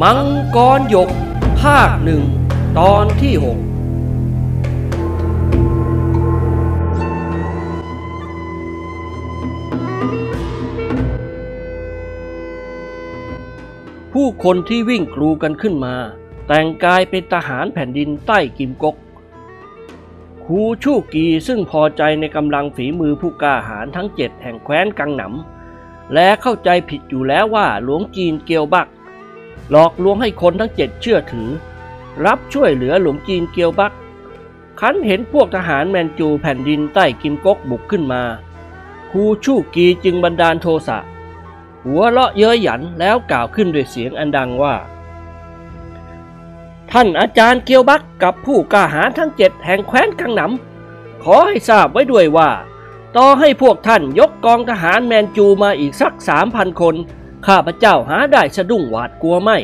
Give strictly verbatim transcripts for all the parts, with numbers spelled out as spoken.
มังกรหยกภาคหนึ่งตอนที่หกผู้คนที่วิ่งกรูกันขึ้นมาแต่งกายเป็นทหารแผ่นดินใต้กิมก๊กครูชู่กีซึ่งพอใจในกำลังฝีมือผู้กล้าหาญทั้งเจ็ดแห่งแคว้นกังหนำและเข้าใจผิดอยู่แล้วว่าหลวงจีนเกียวบักหลอกลวงให้คนทั้งเจ็ดเชื่อถือรับช่วยเหลือหลวงจีนเกียวบักคันเห็นพวกทหารแมนจูแผ่นดินใต้กิมก๊กบุกขึ้นมาครูชู่กีจึงบันดาลโทสะหัวเราะเย้ยหยันแล้วกล่าวขึ้นด้วยเสียงอันดังว่าท่านอาจารย์เกียวบักกับผู้กล้าหาญทั้งเจ็ดแห่งแคว้นกังหนำขอให้ทราบไว้ด้วยว่าต่อให้พวกท่านยกกองทหารแมนจูมาอีกสักสามพันคนข้าพเจ้าหาได้สะดุ้งหวาดกลัวไม่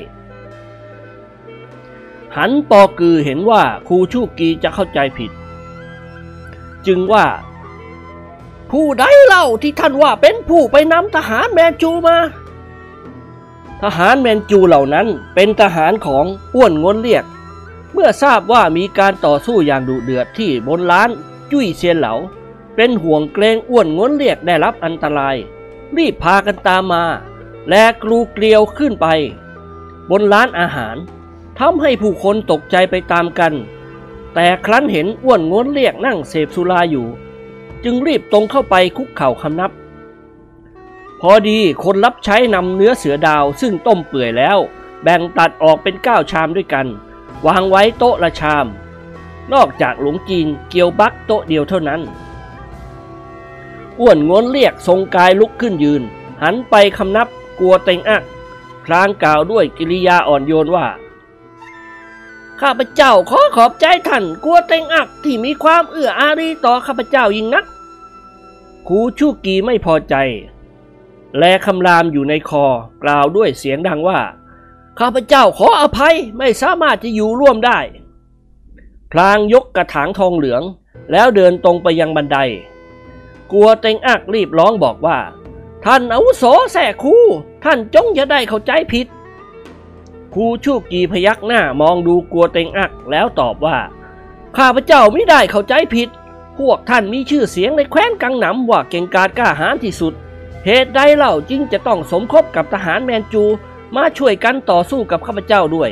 หันปอกือเห็นว่าครูชู่กีจะเข้าใจผิดจึงว่าผู้ใดเล่าที่ท่านว่าเป็นผู้ไปนำทหารแมนจูมาทหารแมนจูเหล่านั้นเป็นทหารของอ้วนง้นเลียกเมื่อทราบว่ามีการต่อสู้อย่างดุเดือดที่บนล้านจุ้ยเซียนเหลาเป็นห่วงเกรงอ้วนง้นเลียกได้รับอันตรายรีบพากันตามมาและกรูเกลียวขึ้นไปบนร้านอาหารทำให้ผู้คนตกใจไปตามกันแต่ครั้นเห็นอ้วนง้นเลียกนั่งเสพสุราอยู่จึงรีบตรงเข้าไปคุกเข่าคำนับพอดีคนรับใช้นำเนื้อเสือดาวซึ่งต้มเปื่อยแล้วแบ่งตัดออกเป็นเก้าชามด้วยกันวางไว้โต๊ะละชามนอกจากหลวงจีนเกียวบักโต๊ะเดียวเท่านั้นอ้วนง้นเลียกทรงกายลุกขึ้นยืนหันไปคำนับกลัวเต็งอักพลางกล่าวด้วยกิริยาอ่อนโยนว่าข้าพเจ้าขอขอบใจท่านกลัวเต็งอักที่มีความเอื้ออารีต่อข้าพเจ้ายิ่งนักครูชู่กีไม่พอใจแลคำรามอยู่ในคอกล่าวด้วยเสียงดังว่าข้าพเจ้าขออภัยไม่สามารถจะอยู่ร่วมได้พลางยกกระถางทองเหลืองแล้วเดินตรงไปยังบันไดกลัวเต็งอักรีบร้องบอกว่าท่านอาวุโสแส่ครูท่านจงอย่าได้เข้าใจผิดครูชู่กีพยักหน้ามองดูกลัวเต็งอักแล้วตอบว่าข้าพเจ้าไม่ได้เข้าใจผิดพวกท่านมีชื่อเสียงในแคว้นกังหนำว่าเก่งกาจกล้าหาญที่สุดเหตุใดเล่าจึงจะต้องสมคบกับทหารแมนจูมาช่วยกันต่อสู้กับข้าพเจ้าด้วย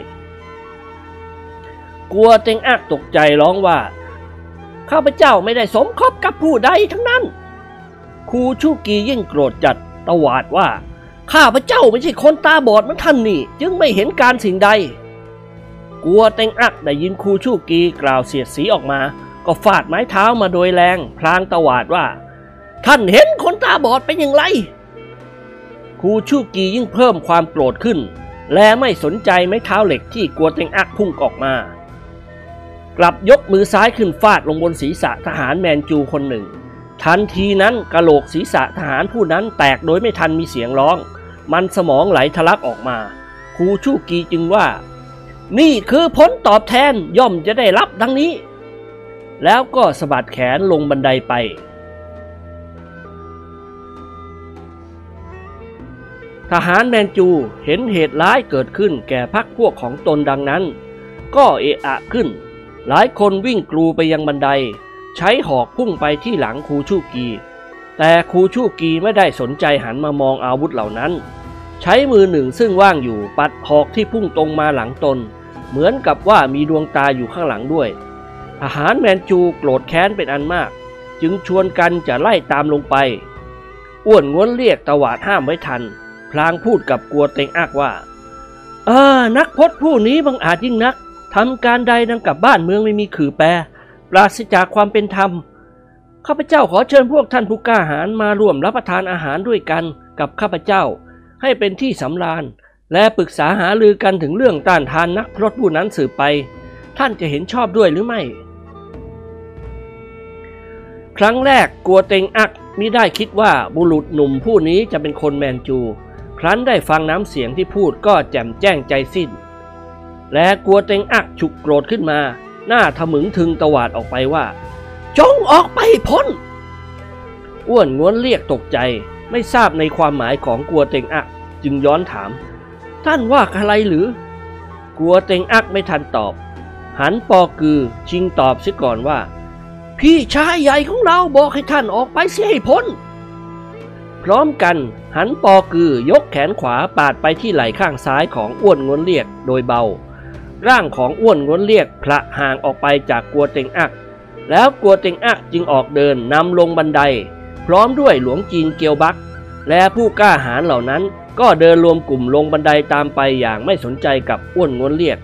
กลัวเต็งอักตกใจร้องว่าข้าพเจ้าไม่ได้สมคบกับผู้ใดทั้งนั้นครูชู่กียิ่งโกรธจัดตวาดว่าข้าพเจ้าไม่ใช่คนตาบอดเหมือนท่านนี่จึงไม่เห็นการสิ่งใดกลัวเต็งอักได้ยินครูชู่กีกล่าวเสียดสีออกมาก็ฟาดไม้เท้ามาโดยแรงพลางตวาดว่าท่านเห็นคนตาบอดเป็นอย่างไรครูชู่กียิ่งเพิ่มความโกรธขึ้นและไม่สนใจไม้เท้าเหล็กที่กลัวเต็งอักพุ่งออกมากลับยกมือซ้ายขึ้นฟาดลงบนศีรษะทหารแมนจูคนหนึ่งทันทีนั้นกะโหลกศีรษะทหารผู้นั้นแตกโดยไม่ทันมีเสียงร้องมันสมองไหลทะลักออกมาครูชู่กีจึงว่านี่คือผลตอบแทนย่อมจะได้รับดังนี้แล้วก็สะบัดแขนลงบันไดไปทหารแมนจูเห็นเหตุร้ายเกิดขึ้นแก่พรรคพวกของตนดังนั้นก็เอะอะขึ้นหลายคนวิ่งกรูไปยังบันไดใช้หอกพุ่งไปที่หลังครูชู่กีแต่ครูชู่กีไม่ได้สนใจหันมามองอาวุธเหล่านั้นใช้มือหนึ่งซึ่งว่างอยู่ปัดหอกที่พุ่งตรงมาหลังตนเหมือนกับว่ามีดวงตาอยู่ข้างหลังด้วยทหารแมนจูโกรธแค้นเป็นอันมากจึงชวนกันจะไล่ตามลงไปอ้วนง้นเรียกตวาดห้ามไว้ทันพลางพูดกับกลัวเต็งอักว่าเออนักพจน์ผู้นี้บังอาจยิ่งนักทำการใดดังกับบ้านเมืองไม่มีขื่อแปรปราศจากความเป็นธรรมข้าพเจ้าขอเชิญพวกท่านผู้กล้าหาญมาร่วมรับประทานอาหารด้วยกันกับข้าพเจ้าให้เป็นที่สำราญและปรึกษาหารือกันถึงเรื่องต้านทานนักพรตผู้นั้นสืบไปท่านจะเห็นชอบด้วยหรือไม่ครั้งแรกกลัวเต็งอักมิได้คิดว่าบุรุษหนุ่มผู้นี้จะเป็นคนแมนจูครั้นได้ฟังน้ำเสียงที่พูดก็แจ่มแจ้งใจสิ้นและกลัวเต็งอักฉุกโกรธขึ้นมาหน้าทะมึงทึงตวาดออกไปว่าจงออกไปพ้นอ้วนง้วนเรียกตกใจไม่ทราบในความหมายของกลัวเต็งอักจึงย้อนถามท่านว่าอะไรหรือกัวเต็งอักไม่ทันตอบหันปอกือชิงตอบเสียก่อนว่าพี่ชายใหญ่ของเราบอกให้ท่านออกไปเสียให้พ้นพร้อมกันหันปอกือยกแขนขวาปาดไปที่ไหล่ข้างซ้ายของอ้วนง้วนเลียกโดยเบาร่างของอ้วนง้วนเลียกพละห่างออกไปจากกัวเต็งอักแล้วกัวเต็งอักจึงออกเดินนำลงบันไดพร้อมด้วยหลวงจีนเกียวบักและผู้กล้าหาญเหล่านั้นก็เดินรวมกลุ่มลงบันไดตามไปอย่างไม่สนใจกับอ้วนง้วนเลียก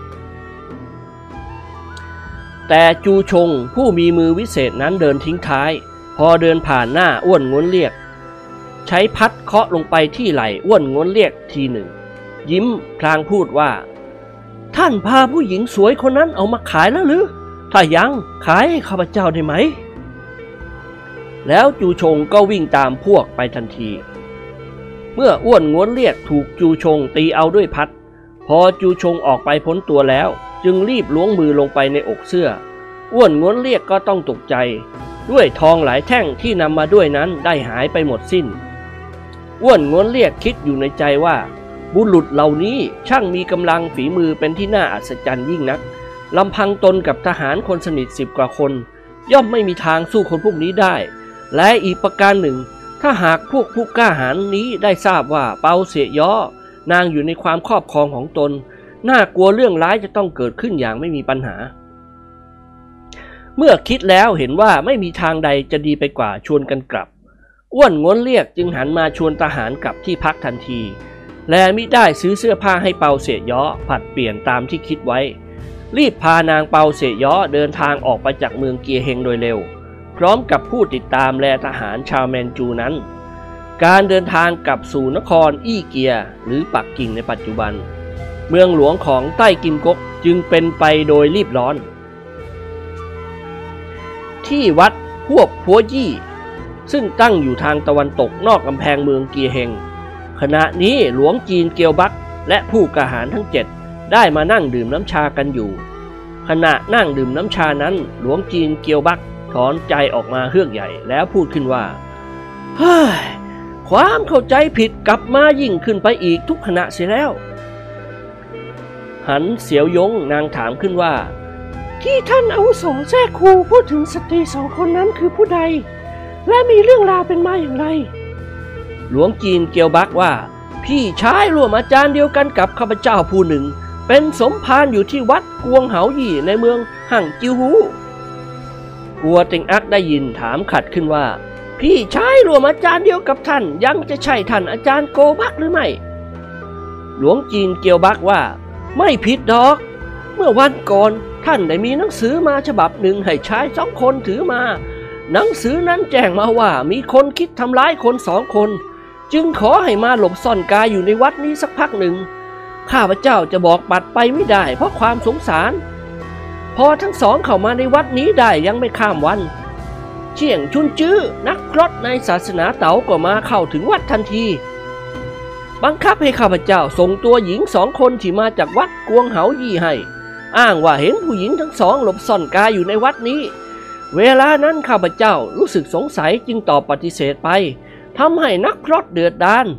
แต่จูชงผู้มีมือวิเศษนั้นเดินทิ้งท้ายพอเดินผ่านหน้าอ้วนง้วนเลียกใช้พัดเคาะลงไปที่ไหล่อ้วนง้วนเลียกทีหนึ่งยิ้มพลางพูดว่าท่านพาผู้หญิงสวยคนนั้นเอามาขายแล้วหรือถ้ายังขายให้ข้าพเจ้าได้ไหมแล้วจูชงก็วิ่งตามพวกไปทันทีเมื่ออ้วนง้วนเลียกถูกจูชงตีเอาด้วยพัดพอจูชงออกไปพ้นตัวแล้วจึงรีบล้วงมือลงไปในอกเสื้ออ้วนง้วนเลียกก็ต้องตกใจด้วยทองหลายแท่งที่นำมาด้วยนั้นได้หายไปหมดสิ้นอ้วนง้วนเลียกคิดอยู่ในใจว่าบุรุษเหล่านี้ช่างมีกำลังฝีมือเป็นที่น่าอัศจรรย์ยิ่งนักลำพังตนกับทหารคนสนิทสิบกว่าคนย่อมไม่มีทางสู้คนพวกนี้ได้และอีกประการหนึ่งถ้าหากพวกผู้กล้าหาญนี้ได้ทราบว่าเปาเสี่ยย้อนางอยู่ในความครอบครองของตนน่ากลัวเรื่องร้ายจะต้องเกิดขึ้นอย่างไม่มีปัญหาเมื่อคิดแล้วเห็นว่าไม่มีทางใดจะดีไปกว่าชวนกันกลับอ้วนง้วนเลียกจึงหันมาชวนทหารกลับที่พักทันทีและมิได้ซื้อเสื้อผ้าให้เปาเสี่ยย้อผัดเปลี่ยนตามที่คิดไว้รีบพานางเปาเสี่ยย้อเดินทางออกไปจากเมืองเกียเฮงโดยเร็วพร้อมกับผู้ติดตามและทหารชาวแมนจูนั้นการเดินทางกลับสู่นครอี้เกียหรือปักกิ่งในปัจจุบันเมืองหลวงของใต้กิมก๊กจึงเป็นไปโดยรีบร้อนที่วัดฮวบพัวยี่ซึ่งตั้งอยู่ทางตะวันตกนอกกำแพงเมืองเกียเฮงขณะนี้หลวงจีนเกียวบักและผู้กล้าหาญทั้งเจ็ดได้มานั่งดื่มน้ำชากันอยู่ขณะนั่งดื่มน้ำชานั้นหลวงจีนเกียวบักถอนใจออกมาเฮือกใหญ่แล้วพูดขึ้นว่าเฮ้ยความเข้าใจผิดกลับมายิ่งขึ้นไปอีกทุกขณะเสียแล้วหันเสียวยงนางถามขึ้นว่าที่ท่านอาวุโสแท้ครูพูดถึงสตรีสองคนนั้นคือผู้ใดและมีเรื่องราวเป็นมาอย่างไรหลวงจีนเกียวบักว่าพี่ชายร่วมอาจารย์เดียวกันกับข้าพเจ้าผู้หนึ่งเป็นสมภารอยู่ที่วัดกวงเหาหยี่ในเมืองหั่งจิวหูกัวเต็งอักได้ยินถามขัดขึ้นว่าพี่ชายร่วมอาจารย์เดียวกับท่านยังจะใช่ท่านอาจารย์โกบักหรือไม่หลวงจีนเกียวบักว่าไม่ผิดดอกเมื่อวันก่อนท่านได้มีหนังสือมาฉบับหนึ่งให้ชายสองคนถือมาหนังสือนั้นแจ้งมาว่ามีคนคิดทำร้ายคนสองคนจึงขอให้มาหลบซ่อนกายอยู่ในวัดนี้สักพักหนึ่งข้าพเจ้าจะบอกปัดไปไม่ได้เพราะความสงสารพอทั้งสองเข้ามาในวัดนี้ได้ยังไม่ข้ามวันเชี่ยงชุนจื้อนักพรตในศาสนาเต๋าก็มาเข้าถึงวัดทันทีบังคับให้ข้าพเจ้าส่งตัวหญิงสองคนที่มาจากวัดกวงเหายี่ให้อ้างว่าเห็นผู้หญิงทั้งสองหลบซ่อนกายอยู่ในวัดนี้เวลานั้นข้าพเจ้ารู้สึกสงสัยจึงตอบปฏิเสธไปทำให้นักพรตเดือดดาล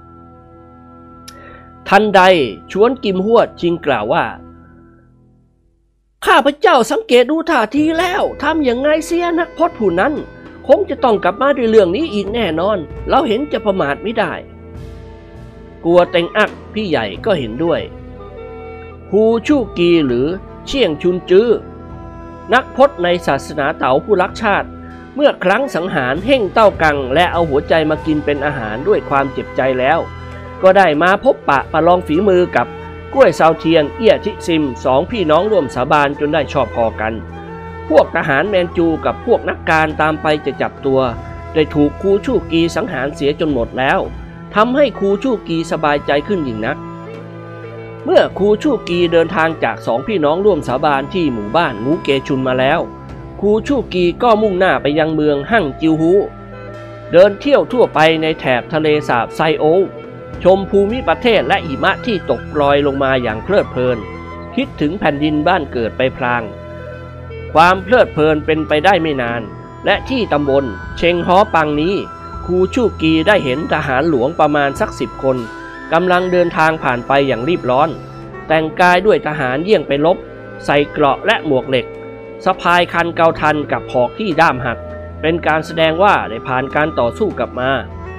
ทันใดชวนกิมฮวดจึงกล่าวว่าข้าพเจ้าสังเกตดูท่าทีแล้วทำอย่างไงเสียนักพรตผู้นั้นคงจะต้องกลับมาด้วยเรื่องนี้อีกแน่นอนเราเห็นจะประมาทไม่ได้กัวเต็งอักพี่ใหญ่ก็เห็นด้วยฮูชู่กีหรือเชี่ยงชุนจื้อนักพจน์ในศาสนาเต๋าผู้รักชาติเมื่อครั้งสังหารเฮ่งเต้ากังและเอาหัวใจมากินเป็นอาหารด้วยความเจ็บใจแล้วก็ได้มาพบปะประลองฝีมือกับกล้วยซาวเทียนเอี้ยทิซิมสองพี่น้องร่วมสาบานจนได้ชอบพอกันพวกทหารแมนจูกับพวกนักการตามไปจะจับตัวได้ถูกคูชู่กีสังหารเสียจนหมดแล้วทำให้คูชู่กีสบายใจขึ้นยิ่งนักเมื่อคูชู่กีเดินทางจากสองพี่น้องร่วมสาบานที่หมู่บ้านงูเกชุนมาแล้วคูชู่กีก็มุ่งหน้าไปยังเมืองหั่งจิวฮูเดินเที่ยวทั่วไปในแถบทะเลสาบไซโอชมภูมิประเทศและหิมะที่ตกโปรยลงมาอย่างเพลิดเพลินคิดถึงแผ่นดินบ้านเกิดไปพลางความเพลิดเพลินเป็นไปได้ไม่นานและที่ตำบลเชงฮอปังนี้คูชู่กีได้เห็นทหารหลวงประมาณสักสิบคนกำลังเดินทางผ่านไปอย่างรีบร้อนแต่งกายด้วยทหารเยี่ยงไปรบใส่เกราะและหมวกเหล็กสะพายคันเกาทันกับหอกที่ด้ามหักเป็นการแสดงว่าได้ผ่านการต่อสู้กลับมา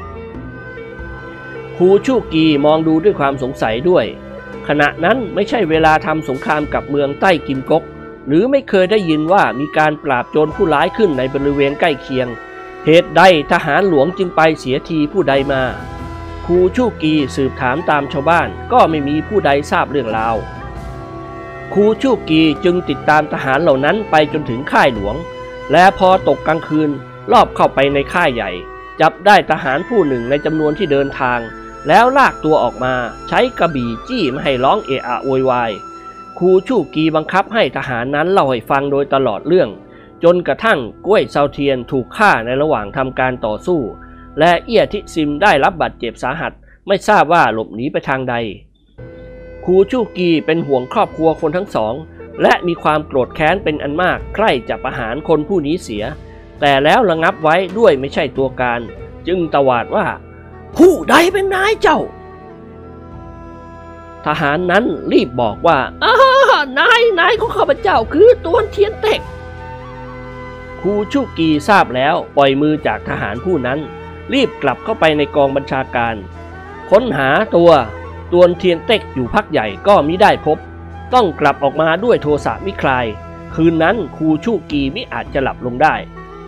ครูชูกีมองดูด้วยความสงสัยด้วยขณะนั้นไม่ใช่เวลาทำสงครามกับเมืองใต้กิมก๊กหรือไม่เคยได้ยินว่ามีการปราบโจรผู้ร้ายขึ้นในบริเวณใกล้เคียงเหตุใดทหารหลวงจึงไปเสียทีผู้ใดมาครูชูกีสืบถามตามชาวบ้านก็ไม่มีผู้ใดทราบเรื่องราวครูชูกีจึงติดตามทหารเหล่านั้นไปจนถึงค่ายหลวงและพอตกกลางคืนลอบเข้าไปในค่ายใหญ่จับได้ทหารผู้หนึ่งในจำนวนที่เดินทางแล้วลากตัวออกมาใช้กระบี่จี้ไม่ให้ร้องเอะอะโวยวายครูชูกีบังคับให้ทหารนั้นเล่าให้ฟังโดยตลอดเรื่องจนกระทั่งก้วยเซาเทียนถูกฆ่าในระหว่างทำการต่อสู้และเอี้ยทิซิมได้รับบาดเจ็บสาหัสไม่ทราบว่าหลบหนีไปทางใดครูชูกีเป็นห่วงครอบครัวคนทั้งสองและมีความโกรธแค้นเป็นอันมากใคร่จะประหารคนผู้นี้เสียแต่แล้วระงับไว้ด้วยไม่ใช่ตัวการจึงตวาดว่าผู้ใดเป็นนายเจ้าทหารนั้นรีบบอกว่าอ้านายนายของข้าพเจ้าคือตวนเทียนเต็กครูชูกีทราบแล้วปล่อยมือจากทหารผู้นั้นรีบกลับเข้าไปในกองบัญชาการค้นหาตัวตวนเทียนเต็กอยู่พักใหญ่ก็มิได้พบต้องกลับออกมาด้วยโทสะมิคลายคืนนั้นครูชูกีมิอาจจะหลับลงได้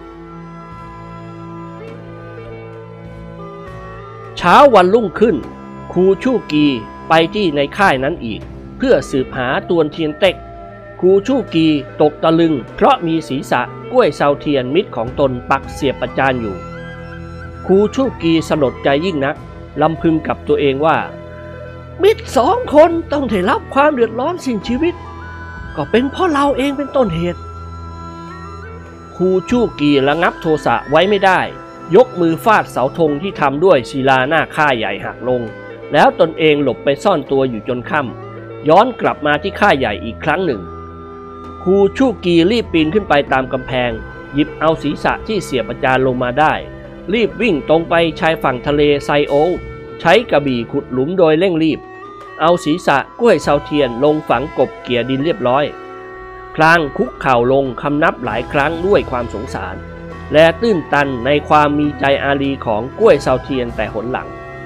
เช้าวันรุ่งขึ้นครูชูกีไปที่ในค่ายนั้นอีกเพื่อสืบหาตวนเทียนเต็กครูชูกีตกตะลึงเพราะมีศีรษะกล้วยเซาเทียนมิตรของตนปักเสียบประจานอยู่ครูชูกีสลดใจยิ่งนักลำพึงกับตัวเองว่ามิตรสองคนต้องได้รับความเดือดร้อนสิ้นชีวิตก็เป็นเพราะเราเองเป็นต้นเหตุครูชูกีระงับโทสะไว้ไม่ได้ยกมือฟาดเสาธงที่ทำด้วยศิลาหน้าค่ายใหญ่หักลงแล้วตนเองหลบไปซ่อนตัวอยู่จนค่ำย้อนกลับมาที่ค่ายใหญ่อีกครั้งหนึ่งครูชูกีรีบปีนขึ้นไปตามกำแพงหยิบเอาศีรษะที่เสียบประจานลงมาได้รีบวิ่งตรงไปชายฝั่งทะเลไซโอใช้กระบี่ขุดหลุมโดยเร่งรีบเอาศีรษะกล้วยเซาเทียนลงฝังกบเกี่ยดินเรียบร้อยพลางคุกเข่าลงคำนับหลายครั้งด้วยความสงสารและตื้นตันในความมีใจอารีของกล้วยเซาเทียนแต่หนหลัง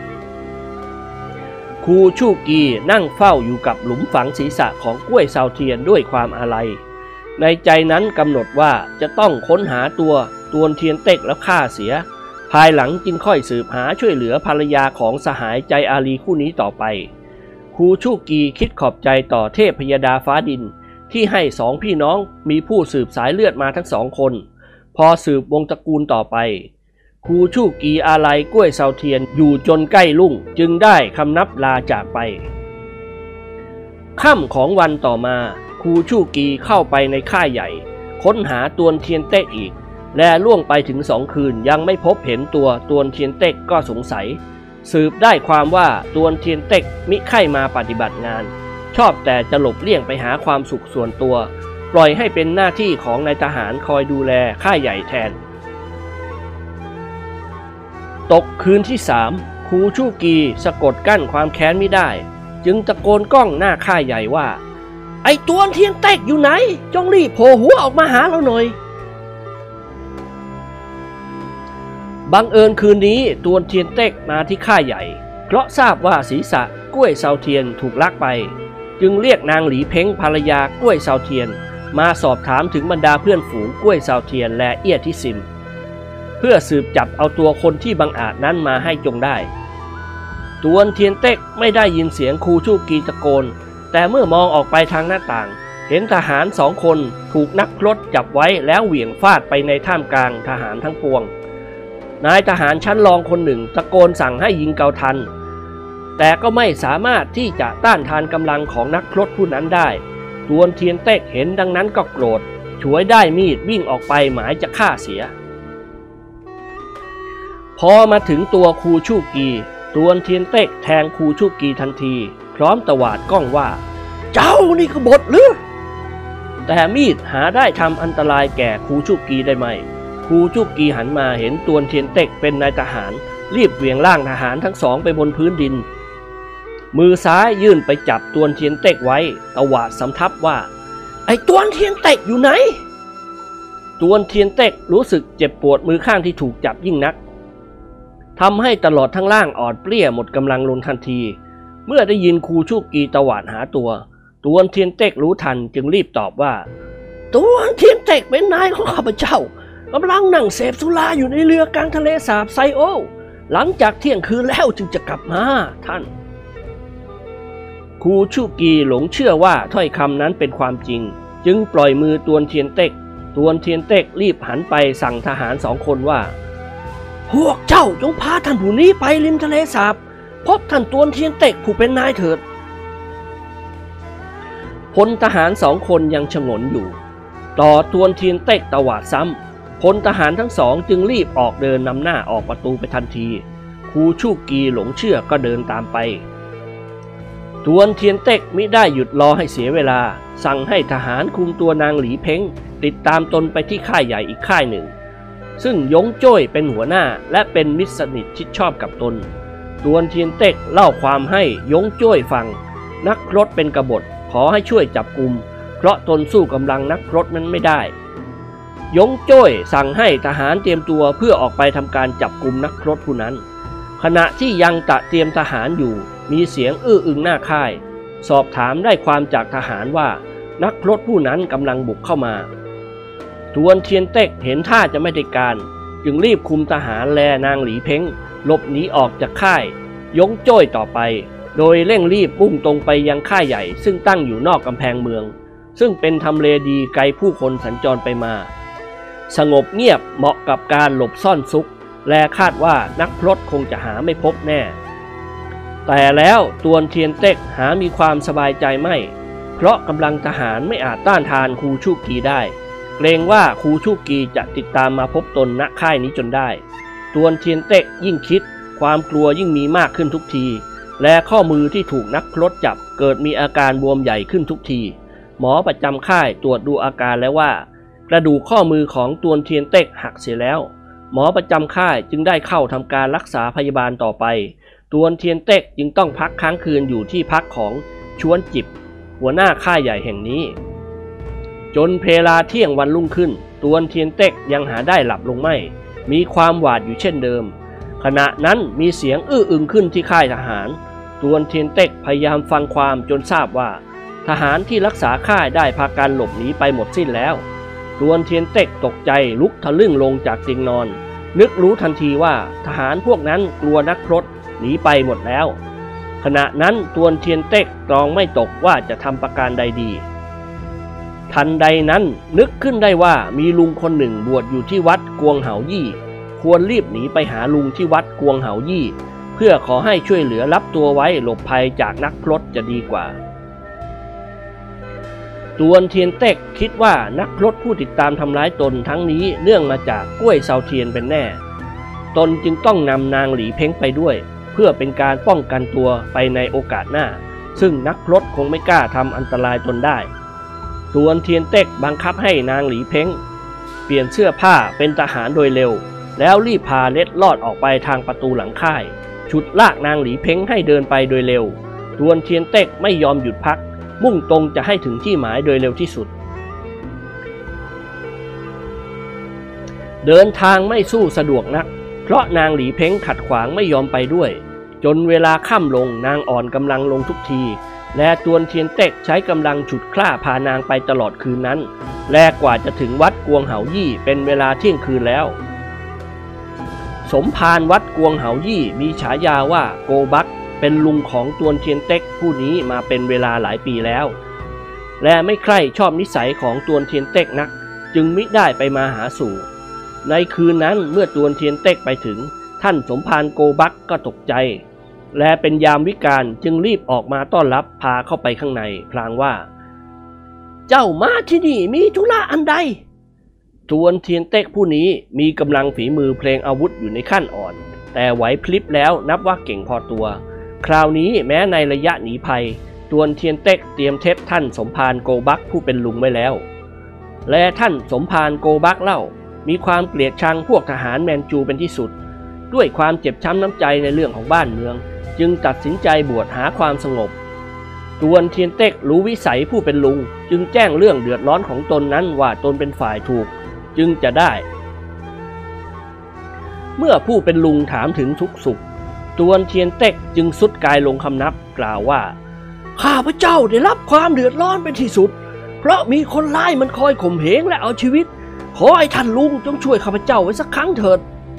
ครูชูกีนั่งเฝ้าอยู่กับหลุมฝังศีรษะของกล้วยเซาเทียนด้วยความอาลัยในใจนั้นกำหนดว่าจะต้องค้นหาตัวตวนเทียนเต็กแล้วฆ่าเสียภายหลังจึงค่อยสืบหาช่วยเหลือภรรยาของสหายใจอารีคู่นี้ต่อไปครูชูกีคิดขอบใจต่อเทพพยดาฟ้าดินที่ให้สองพี่น้องมีผู้สืบสายเลือดมาทั้งสองคนพอสืบวงตระกูลต่อไปครูชูกีอาลัยกล้วยเซาเทียนอยู่จนใกล้รุ่งจึงได้คำนับลาจากไปค่ำของวันต่อมาครูชูกีเข้าไปในค่ายใหญ่ค้นหาตวนเทียนเต็กอีกและล่วงไปถึงสองคืนยังไม่พบเห็นตัวตวนเทียนเต็กก็สงสัยสืบได้ความว่าตวนเทียนเต็กมิใคร่มาปฏิบัติงานชอบแต่จะหลบเลี่ยงไปหาความสุขส่วนตัวปล่อยให้เป็นหน้าที่ของนายทหารคอยดูแลค่ายใหญ่แทนตกคืนที่สามครูชูกีสะกดกั้นความแค้นไม่ได้จึงตะโกนก้องหน้าค่ายใหญ่ว่าไอ้ตวนเทียนเต็กอยู่ไหนจงรีบโผล่หัวออกมาหาเราหน่อยบังเอิญคืนนี้ตวนเทียนเต็กมาที่ค่ายใหญ่เพราะทราบว่าศีรษะกล้วยเซาเทียนถูกลักไปจึงเรียกนางหลีเพ้งภรรยากล้วยเซาเทียนมาสอบถามถึงบรรดาเพื่อนฝูงกล้วยเซาเทียนและเอี้ยทิซิมเพื่อสืบจับเอาตัวคนที่บังอาจนั้นมาให้จงได้ตวนเทียนเต็กไม่ได้ยินเสียงครูชูกีตะโกนแต่เมื่อมองออกไปทางหน้าต่างเห็นทหารสองคนถูกนักพรตจับไว้แล้วเหวี่ยงฟาดไปในท่ามกลางทหารทั้งปวงนายทหารชั้นรองคนหนึ่งตะโกนสั่งให้ยิงเกาทันแต่ก็ไม่สามารถที่จะต้านทานกำลังของนักพรตผู้นั้นได้ตวนเทียนเต็กเห็นดังนั้นก็โกรธฉวยได้มีดวิ่งออกไปหมายจะฆ่าเสียพอมาถึงตัวครูชูกีตวนเทียนเต็กแทงครูชูกีทันทีพร้อมตวาดก้องว่าเจ้านี่กบฏหรือแต่มีดหาได้ทำอันตรายแก่ครูชูกีได้ไหมครูชูกีหันมาเห็นตวนเทียนเต็กเป็นนายทหารรีบเหวี่ยงร่างทหารทั้งสองไปบนพื้นดินมือซ้ายยื่นไปจับตวนเทียนเต็กไว้ตวาดสำทับว่าไอ้ตวนเทียนเต็กอยู่ไหนตวนเทียนเต็กรู้สึกเจ็บปวดมือข้างที่ถูกจับยิ่งนักทำให้ตลอดทั้งล่างอ่อนเปลี้ยหมดกำลังลงทันทีเมื่อได้ยินครูชูกีตวาดหาตัวตวนเทียนเต็กรู้ทันจึงรีบตอบว่าตวนเทียนเต็กเป็นนายของข้าพเจ้ากำลังนั่งเสพสุราอยู่ในเรือกลางทะเลสาบไซโอหลังจากเที่ยงคืนแล้วจึงจะกลับมาท่านครูชูกีหลงเชื่อว่าถ้อยคำนั้นเป็นความจริงจึงปล่อยมือตวนเทียนเต็กตวนเทียนเต็กรีบหันไปสั่งทหารสองคนว่าพวกเจ้าจงพาท่านผู้นี้ไปริมทะเลสาบพบท่านตวนเทียนเต็กผู้เป็นนายเถิดพลทหารสองคนยังฉงนอยู่ต่อตวนเทียนเต็กตวาดซ้ำพลทหารทั้งสองจึงรีบออกเดินนำหน้าออกประตูไปทันทีครูชูกีหลงเชื่อก็เดินตามไปตวนเทียนเต็กมิได้หยุดรอให้เสียเวลาสั่งให้ทหารคุมตัวนางหลีเพ้งติดตามตนไปที่ค่ายใหญ่อีกค่ายหนึ่งซึ่งยงโจ้ยเป็นหัวหน้าและเป็นมิตรสนิทชิดชอบกับตนตวนเทียนเต็กเล่าความให้ยงโจ้ยฟังนักพรตเป็นกบฏขอให้ช่วยจับกุมเพราะตนสู้กำลังนักพรตนั้นไม่ได้ยงโจ้ยสั่งให้ทหารเตรียมตัวเพื่อออกไปทำการจับกุมนักพรตผู้นั้นขณะที่ยังตะเตรียมทหารอยู่มีเสียงอื้ออึงหน้าค่ายสอบถามได้ความจากทหารว่านักพรตผู้นั้นกำลังบุกเข้ามาตวนเทียนเต็กเห็นท่าจะไม่ได้การจึงรีบคุมทหารแลนางหลีเพ้งหลบหนีออกจากค่ายยงโจ้ยต่อไปโดยเร่งรีบมุ่งตรงไปยังค่ายใหญ่ซึ่งตั้งอยู่นอกกำแพงเมืองซึ่งเป็นทำเลดีไกลผู้คนสัญจรไปมาสงบเงียบเหมาะกับการหลบซ่อนซุกและคาดว่านักพรตคงจะหาไม่พบแน่แต่แล้วตวนเทียนเต็กหามีความสบายใจไม่เพราะกำลังทหารไม่อาจต้านทานครูชูกีได้เกรงว่าครูชูกีจะติดตามมาพบตนณค่ายนี้จนได้ตวนเทียนเต็กยิ่งคิดความกลัวยิ่งมีมากขึ้นทุกทีและข้อมือที่ถูกนักพรตจับเกิดมีอาการบวมใหญ่ขึ้นทุกทีหมอประจำค่ายตรวจดูอาการแล้วว่ากระดูกข้อมือของตวนเทียนเต็กหักเสียแล้วหมอประจำค่ายจึงได้เข้าทำการรักษาพยาบาลต่อไปตวนเทียนเต็กจึงต้องพักค้างคืนอยู่ที่พักของชวนจิบหัวหน้าค่ายใหญ่แห่งนี้จนเพลาเที่ยงวันรุ่งขึ้นตวนเทียนเต็กยังหาได้หลับลงไม่มีความหวาดอยู่เช่นเดิมขณะนั้นมีเสียงอื้ออึงขึ้นที่ค่ายทหารตวนเทียนเต็กพยายามฟังความจนทราบว่าทหารที่รักษาค่ายได้พากันหลบหนีไปหมดสิ้นแล้วตวนเทียนเต็กตกใจลุกทะลึ่งลงจากเตียงนอนนึกรู้ทันทีว่าทหารพวกนั้นกลัวนักพรตหนีไปหมดแล้วขณะนั้นตวนเทียนเต็กตรองไม่ตกว่าจะทำประการใดดีทันใดนั้นนึกขึ้นได้ว่ามีลุงคนหนึ่งบวชอยู่ที่วัดกวงเหายี่ควรรีบหนีไปหาลุงที่วัดกวงเหายี่เพื่อขอให้ช่วยเหลือรับตัวไว้หลบภัยจากนักพรตจะดีกว่าตวนเทียนเต็กคิดว่านักพรตผู้ติดตามทำร้ายตนทั้งนี้เนื่องมาจากกล้วยเซาเทียนเป็นแน่ตนจึงต้องนำนางหลีเพ้งไปด้วยเพื่อเป็นการป้องกันตัวไปในโอกาสหน้าซึ่งนักพรตคงไม่กล้าทำอันตรายตนได้ตวนเทียนเต็กบังคับให้นางหลีเพ้งเปลี่ยนเสื้อผ้าเป็นทหารโดยเร็วแล้วรีบพาเล็ดลอดออกไปทางประตูหลังค่ายฉุดลากนางหลีเพ้งให้เดินไปโดยเร็วตวนเทียนเต็กไม่ยอมหยุดพักมุ่งตรงจะให้ถึงที่หมายโดยเร็วที่สุดเดินทางไม่สู้สะดวกนักเพราะนางหลีเพ้งขัดขวางไม่ยอมไปด้วยจนเวลาค่ำลงนางอ่อนกำลังลงทุกทีและตวนเทียนเต็กใช้กำลังฉุดคล้าพานางไปตลอดคืนนั้นและกว่าจะถึงวัดกวงเหายี่เป็นเวลาเที่ยงคืนแล้วสมภารวัดกวงเหายี่มีฉายาว่าโกบักเป็นลุงของตวนเทียนเต็กผู้นี้มาเป็นเวลาหลายปีแล้วและไม่ใคร่ชอบนิสัยของตวนเทียนเต็กนักจึงมิได้ไปมาหาสู่ในคืนนั้นเมื่อตวนเทียนเต็กไปถึงท่านสมภารโกบักก็ตกใจและเป็นยามวิกาลจึงรีบออกมาต้อนรับพาเข้าไปข้างในพลางว่าเจ้ามาที่นี่มีธุระอันใดตวนเทียนเต็กผู้นี้มีกำลังฝีมือเพลงอาวุธอยู่ในขั้นอ่อนแต่ไหวพลิบแล้วนับว่าเก่งพอตัวคราวนี้แม้ในระยะหนีภัยตวนเทียนเต็กเตรียมเทปท่านสมภารโกบักผู้เป็นลุงไว้แล้วและท่านสมภารโกบักเล่ามีความเกลียดชังพวกทหารแมนจูเป็นที่สุดด้วยความเจ็บช้ำน้ำใจในเรื่องของบ้านเมืองจึงตัดสินใจบวชหาความสงบตวนเทียนเต็กรู้วิสัยผู้เป็นลุงจึงแจ้งเรื่องเดือดร้อนของตนนั้นว่าตนเป็นฝ่ายถูกจึงจะได้เมื่อผู้เป็นลุงถามถึงทุกสุขตวนเทียนเต็กจึงสุดกายลงคำนับกล่าวว่าข้าพเจ้าได้รับความเดือดร้อนเป็นที่สุดเพราะมีคนร้ายมันคอยข่มเหงและเอาชีวิตขอให้ท่านลุงจงช่วยข้าพเจ้าไว้สักครั้งเถิด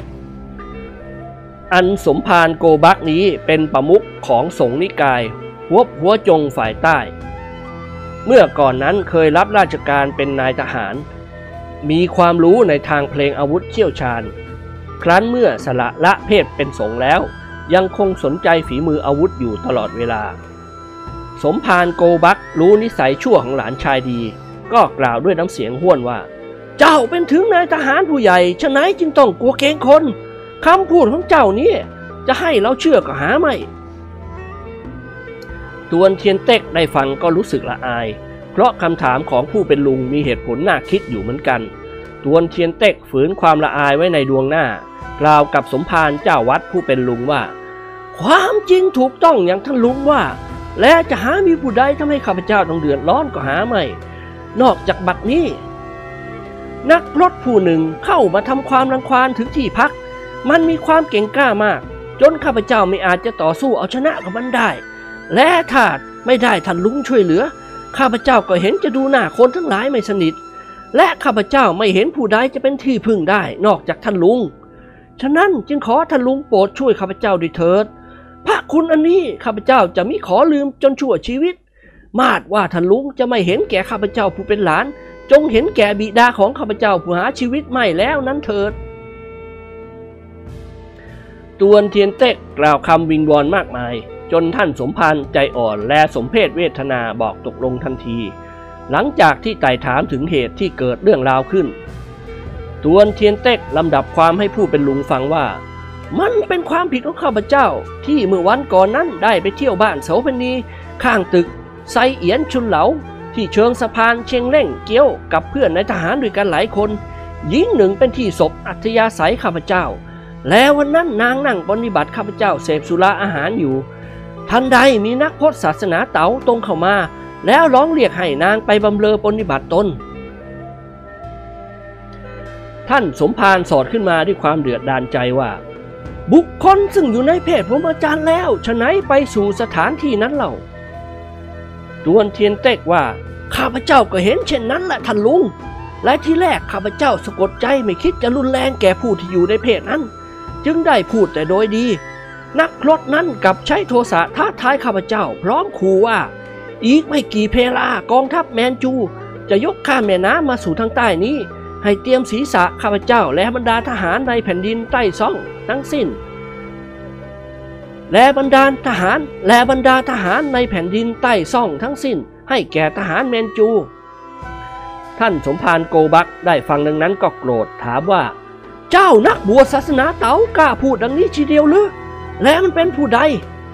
อันสมภารโกบักนี้เป็นประมุขของสงฆ์นิกายหัวหัวจงฝ่ายใต้เมื่อก่อนนั้นเคยรับราชการเป็นนายทหารมีความรู้ในทางเพลงอาวุธเชี่ยวชาญครั้นเมื่อสละละเพศเป็นสงฆ์แล้วยังคงสนใจฝีมืออาวุธอยู่ตลอดเวลาสมภารโกบักรู้นิสัยชั่วของหลานชายดีก็กล่าวด้วยน้ำเสียงห้วนว่าเจ้าเป็นถึงนายทหารผู้ใหญ่ฉะนั้นจึงต้องกลัวเกรงคนคำพูดของเจ้านี้จะให้เราเชื่อก็หาไม่ตวนเทียนเต็กได้ฟังก็รู้สึกละอายเพราะคำถามของผู้เป็นลุงมีเหตุผลน่าคิดอยู่เหมือนกันตวนเทียนเต็กฝืนความละอายไว้ในดวงหน้ากล่าวกับสมภารเจ้าวัดผู้เป็นลุงว่าความจริงถูกต้องอย่างท่านลุงว่าและจะหามีผู้ใดทำให้ข้าพเจ้าต้องเดือดร้อนก็หาไม่นอกจากบัดนี้นักรบผู้หนึ่งเข้ามาทำความรังควานถึงที่พักมันมีความเก่งกล้ามากจนข้าพเจ้าไม่อาจจะต่อสู้เอาชนะกับมันได้และถ้าไม่ได้ท่านลุงช่วยเหลือข้าพเจ้าก็เห็นจะดูหน้าคนทั้งหลายไม่สนิทและข้าพเจ้าไม่เห็นผู้ใดจะเป็นที่พึ่งได้นอกจากท่านลุงฉะนั้นจึงขอท่านลุงโปรดช่วยข้าพเจ้าด้วยเถิดพระคุณอันนี้ข้าพเจ้าจะมิขอลืมจนชั่วชีวิตมาดว่าท่านลุงจะไม่เห็นแก่ข้าพเจ้าผู้เป็นหลานจงเห็นแก่บิดาของข้าพเจ้าผู้หาชีวิตไม่แล้วนั้นเถิดตวนเทียนเต็กกล่าวคำวิงวอนมากมายจนท่านสมภารใจอ่อนและสมเพศเวทนาบอกตกลงทันทีหลังจากที่ไต่ถามถึงเหตุที่เกิดเรื่องราวขึ้นตวนเทียนเต็กลำดับความให้ผู้เป็นลุงฟังว่ามันเป็นความผิดของข้าพเจ้าที่เมื่อวันก่อนนั้นได้ไปเที่ยวบ้านโสเภณีข้างตึกไซเอียนชุนเหลาที่เชิงสะพานเชียงเล่งเกี้ยวกับเพื่อนนายทหารด้วยกันหลายคนหญิงหนึ่งเป็นที่ศพอัธยาศัยข้าพเจ้าแล้ววันนั้นนางนั่งปฏิบัติข้าพเจ้าเสพสุราอาหารอยู่ทันใดมีนักพจน์ศาสนาเต๋าตรงเข้ามาแล้วร้องเรียกให้นางไปบำเรอปฏิบัติตนท่านสมภารสอดขึ้นมาด้วยความเดือดดาลใจว่าบุคคลซึ่งอยู่ในเพศพรหมจรรย์แล้วฉะไหนไปสู่สถานที่นั้นเล่าตวนเทียนเต็กว่าข้าพเจ้าก็เห็นเช่นนั้นแหละท่านลุงและที่แรกข้าพเจ้าสะกดใจไม่คิดจะรุนแรงแก่ผู้ที่อยู่ในเพศนั้นจึงได้พูดแต่โดยดีนักรบนั้นกลับใช้โทสะท้าทายข้าพเจ้าพร้อมขู่ว่าอีกไม่กี่เพลากองทัพแมนจูจะยกข้ามแม่น้ำมาสู่ทางใต้นี้ให้เตรียมศีรษะข้าพเจ้าและบรรดาทหารในแผ่นดินใต้ซ่องทั้งสิ้นและบรรดาทหารและบรรดาทหารในแผ่นดินใต้ซ่องทั้งสิ้นให้แก่ทหารแมนจูท่านสมภารโกบักได้ฟังดังนั้นก็โกรธถามว่าเจ้านักบวชศาสนาเต๋ากล้าพูดดังนี้ทีเดียวหรือและมันเป็นผู้ใด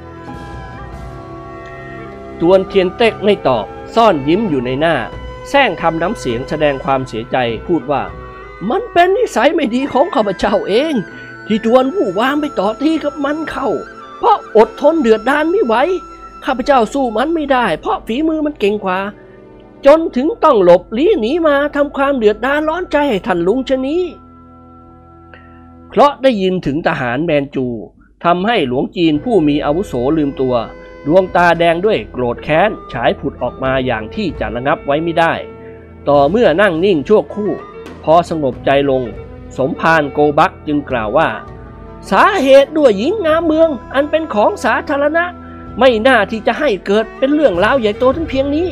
ตวนเทียนเต็กไม่ตอบซ่อนยิ้มอยู่ในหน้าแซงทำน้ำเสียงแสดงความเสียใจพูดว่ามันเป็นนิสัยไม่ดีของข้าพเจ้าเองที่ตวนผู้วางไปต่อตีกับมันเข้าเพราะอดทนเดือดดาลไม่ไหวข้าพเจ้าสู้มันไม่ได้เพราะฝีมือมันเก่งกว่าจนถึงต้องหลบลี้หนีมาทำความเดือดดาลร้อนใจให้ท่านลุงชะนี้เพราะได้ยินถึงทหารแมนจูทำให้หลวงจีนผู้มีอาวุโสลืมตัวดวงตาแดงด้วยโกรธแค้นฉายผุดออกมาอย่างที่จะระงับไว้ไม่ได้ต่อเมื่อนั่งนิ่งชั่วครู่พอสงบใจลงสมภารโกบักจึงกล่าวว่าสาเหตุด้วยหญิงงามเมืองอันเป็นของสาธารณะไม่น่าที่จะให้เกิดเป็นเรื่องราวใหญ่โตถึงเพียงนี้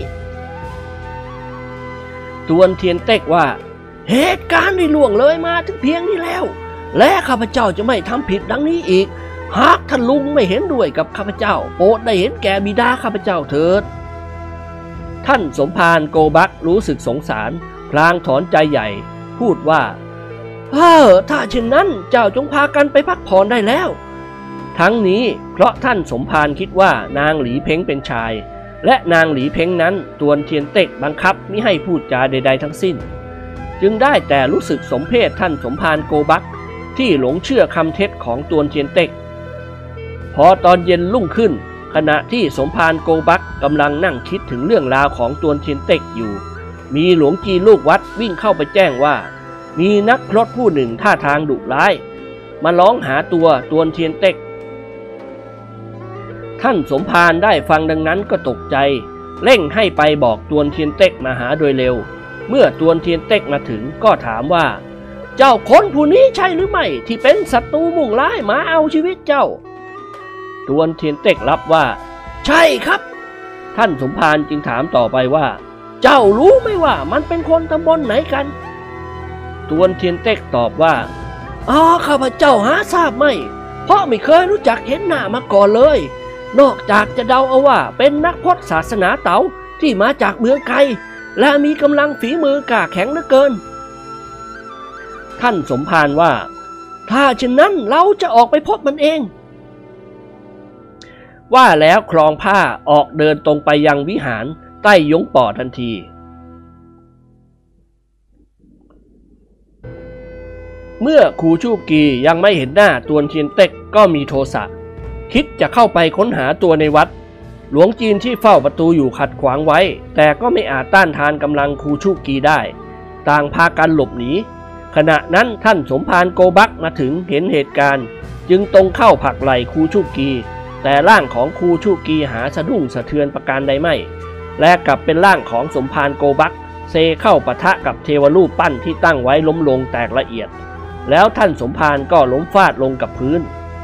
ตวนเทียนเต็กว่าเหตุการณ์ได้ล่วงเลยมาถึงเพียงนี้แล้วและข้าพเจ้าจะไม่ทำผิดดังนี้อีกหากท่านลุงไม่เห็นด้วยกับข้าพเจ้าโปรดได้เห็นแก่บิดาข้าพเจ้าเถิดท่านสมภารโกบักรู้สึกสงสารพลางถอนใจใหญ่พูดว่าเออถ้าเช่นนั้นเจ้าจงพากันไปพักผ่อนได้แล้วทั้งนี้เพราะท่านสมภารคิดว่านางหลีเพ้งเป็นชายและนางหลีเพ้งนั้นตวนเทียนเต็กบังคับมิให้พูดจาใดๆทั้งสิ้นจึงได้แต่รู้สึกสมเพชท่านสมภารโกบักที่หลงเชื่อคำเท็จของตวนเทียนเต็กพอตอนเย็นรุ่งขึ้นขณะที่สมภารโกบักกำลังนั่งคิดถึงเรื่องราวของตวนเทียนเต็กอยู่มีหลวงจีลูกวัดวิ่งเข้าไปแจ้งว่ามีนักพรตผู้หนึ่งท่าทางดุร้ายมาร้องหาตัวตวนเทียนเต็กท่านสมภารได้ฟังดังนั้นก็ตกใจเร่งให้ไปบอกตวนเทียนเต็กมาหาโดยเร็วเมื่อตวนเทียนเต็กมาถึงก็ถามว่าเจ้าคนผู้นี้ใช่หรือไม่ที่เป็นศัตรูมุ่งร้ายมาเอาชีวิตเจ้าตวนเทียนเต็กรับว่าใช่ครับท่านสมภารจึงถามต่อไปว่าเจ้ารู้ไหมว่ามันเป็นคนตำบลไหนกันตวนเทียนเต็กตอบว่าอ๋อข้าพเจ้าหาทราบไม่เพราะไม่เคยรู้จักเห็นหน้ามาก่อนเลยนอกจากจะเดาเอาว่าเป็นนักพจน์ศาสนาเต๋าที่มาจากเมืองไกลและมีกำลังฝีมือกล้าแข็งเหลือเกินท่านสมภารว่าถ้าเช่นนั้นเราจะออกไปพบมันเองว่าแล้วคลองผ้าออกเดินตรงไปยังวิหารใต้ยงป่อทันทีเมื่อครูชูกียังไม่เห็นหน้าตวนเทียนเต็กก็มีโทสะคิดจะเข้าไปค้นหาตัวในวัดหลวงจีนที่เฝ้าประตูอยู่ขัดขวางไว้แต่ก็ไม่อาจต้านทานกำลังครูชูกีได้ต่างพากันหลบหนีขณะนั้นท่านสมภารโกบักมาถึงเห็นเหตุการณ์จึงตรงเข้าผลักไหล่ครูชูกีแต่ร่างของครูชูกีหาสะดุ้งสะเทือนประการใดไม่และกลับเป็นร่างของสมภารโกบักเซเข้าปะทะกับเทวรูปปั้นที่ตั้งไว้ล้มลงแตกละเอียดแล้วท่านสมภารก็ล้มฟาดลงกับพื้น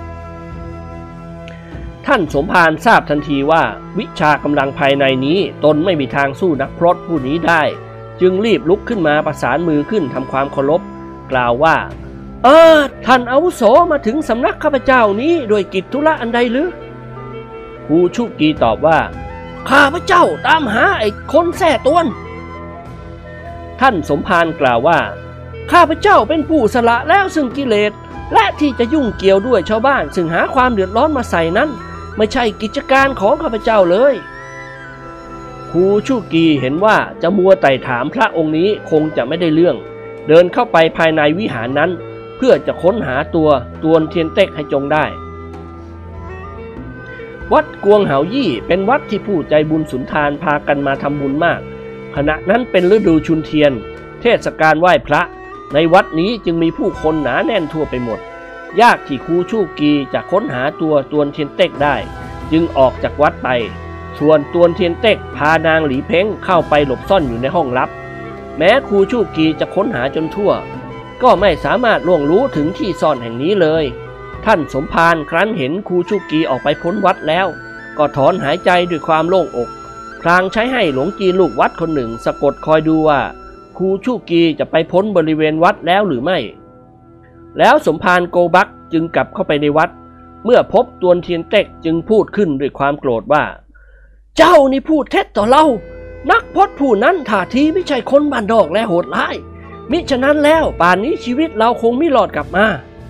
ท่านสมภารทราบทันทีว่าวิชากำลังภายในนี้ตนไม่มีทางสู้นักพรตผู้นี้ได้จึงรีบลุกขึ้นมาประสานมือขึ้นทำความเคารพกล่าวว่าเออท่านอาวุโสมาถึงสำนักข้าพเจ้านี้โดยกิจธุระอันใดหรือครูชูกีตอบว่าข้าพเจ้าตามหาไอ้คนแส่ตวนท่านสมภารกล่าวว่าข้าพเจ้าเป็นผู้สละแล้วซึ่งกิเลสและที่จะยุ่งเกี่ยวด้วยชาวบ้านซึ่งหาความเดือดร้อนมาใส่นั้นไม่ใช่กิจการของข้าพเจ้าเลยครูชูกีเห็นว่าจะมัวไต่ถามพระองค์นี้คงจะไม่ได้เรื่องเดินเข้าไปภายในวิหารนั้นเพื่อจะค้นหาตัวตวนเทียนเต็กให้จงได้วัดกวงเหายี่เป็นวัดที่ผู้ใจบุญสุนทานพากันมาทำบุญมากขณะนั้นเป็นฤดูชุนเทียนเทศกาลไหว้พระในวัดนี้จึงมีผู้คนหนาแน่นทั่วไปหมดยากที่ครูชูกีจะค้นหาตัวตวนเทียนเต็กได้จึงออกจากวัดไปส่วนตวนเทียนเต็กพานางหลีเพ้งเข้าไปหลบซ่อนอยู่ในห้องลับแม้ครูชูกีจะค้นหาจนทั่วก็ไม่สามารถล่วงรู้ถึงที่ซ่อนแห่งนี้เลยท่านสมภารครั้นเห็นครูชูกีออกไปพ้นวัดแล้วก็ถอนหายใจด้วยความโล่งอกพลางใช้ให้หลวงจีนลูกวัดคนหนึ่งสะกดคอยดูว่าครูชูกีจะไปพ้นบริเวณวัดแล้วหรือไม่แล้วสมภารโกบักจึงกลับเข้าไปในวัดเมื่อพบตวนเทียนเต็กจึงพูดขึ้นด้วยความโกรธว่าเจ้านี่พูดเท็จต่อเรานักพจน์ผู้นั้นท่าทีไม่ใช่คนบ้านนอกและโหดร้ายมิฉะนั้นแล้วป่านนี้ชีวิตเราคงไม่รอดกลับมา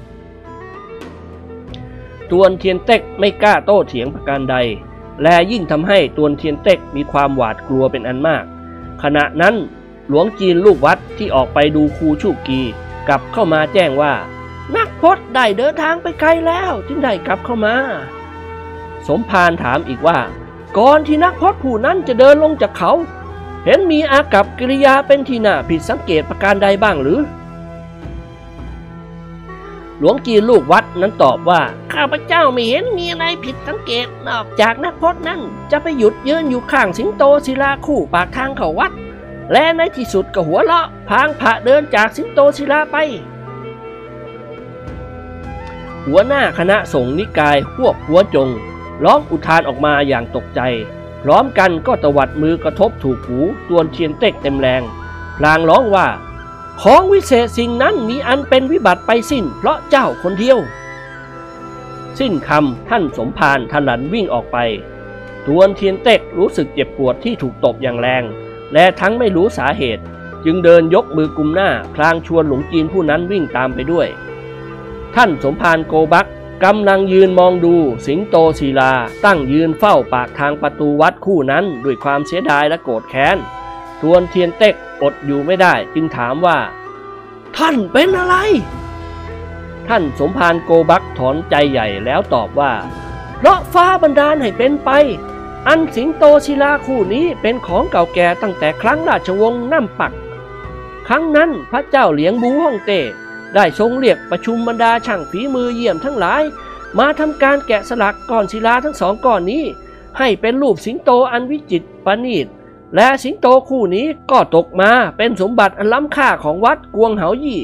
ตวนเทียนเต็กไม่กล้าโต้เถียงประการใดและยิ่งทำให้ตวนเทียนเต็กมีความหวาดกลัวเป็นอันมากขณะนั้นหลวงจีนลูกวัดที่ออกไปดูครูชูกีกลับเข้ามาแจ้งว่านักพจน์ได้เดินทางไปไกลแล้วจึงได้กลับเข้ามาสมภารถามอีกว่าก่อนที่นักพจน์ผู้นั้นจะเดินลงจากเขาเห็นมีอากัปกิริยาเป็นที่น่าผิดสังเกตประการใดบ้างหรือหลวงจีนลูกวัดนั้นตอบว่าข้าพเจ้าไม่เห็นมีอะไรผิดสังเกตนอกจากนักพจน์นั้นจะไปหยุดยืนอยู่ข้างสิงโตศิลาคู่ปากทางเข้าวัดและในที่สุดก็หัวเราะพางพระเดินจากสิงโตศิลาไปหัวหน้าคณะสงฆ์นิกายพวกหัวจงร้องอุทานออกมาอย่างตกใจพร้อมกันก็ตวัดมือกระทบถูกหูตวนเทียนเต็กเต็มแรงพลางร้องว่าของวิเศษสิ่งนั้นมีอันเป็นวิบัติไปสิ้นเพราะเจ้าคนเดียวสิ้นคำท่านสมภารทะลันวิ่งออกไปตวนเทียนเต็กรู้สึกเจ็บปวดที่ถูกตบอย่างแรงและทั้งไม่รู้สาเหตุจึงเดินยกมือกุมหน้าพลางชวนหลวงจีนผู้นั้นวิ่งตามไปด้วยท่านสมภารโกบักกำลังยืนมองดูสิงโตศิลาตั้งยืนเฝ้าปากทางประตูวัดคู่นั้นด้วยความเสียดายและโกรธแค้นตวนเทียนเต็กอดอยู่ไม่ได้จึงถามว่าท่านเป็นอะไรท่านสมภารโกบักถอนใจใหญ่แล้วตอบว่าเพราะฟ้าบันดาลให้เป็นไปอันสิงโตศิลาคู่นี้เป็นของเก่าแก่ตั้งแต่ครั้งราชวงศ์น้ำปักครั้งนั้นพระเจ้าเหลียงบูฮ่องเต้ได้ทรงเรียกประชุมบรรดาช่างฝีมือเยี่ยมทั้งหลายมาทำการแกะสลักก้อนศิลาทั้งสองก้อนนี้ให้เป็นรูปสิงโตอันวิจิตรประณีตและสิงโตคู่นี้ก็ตกมาเป็นสมบัติอันล้ำค่าของวัดกวงเหายี่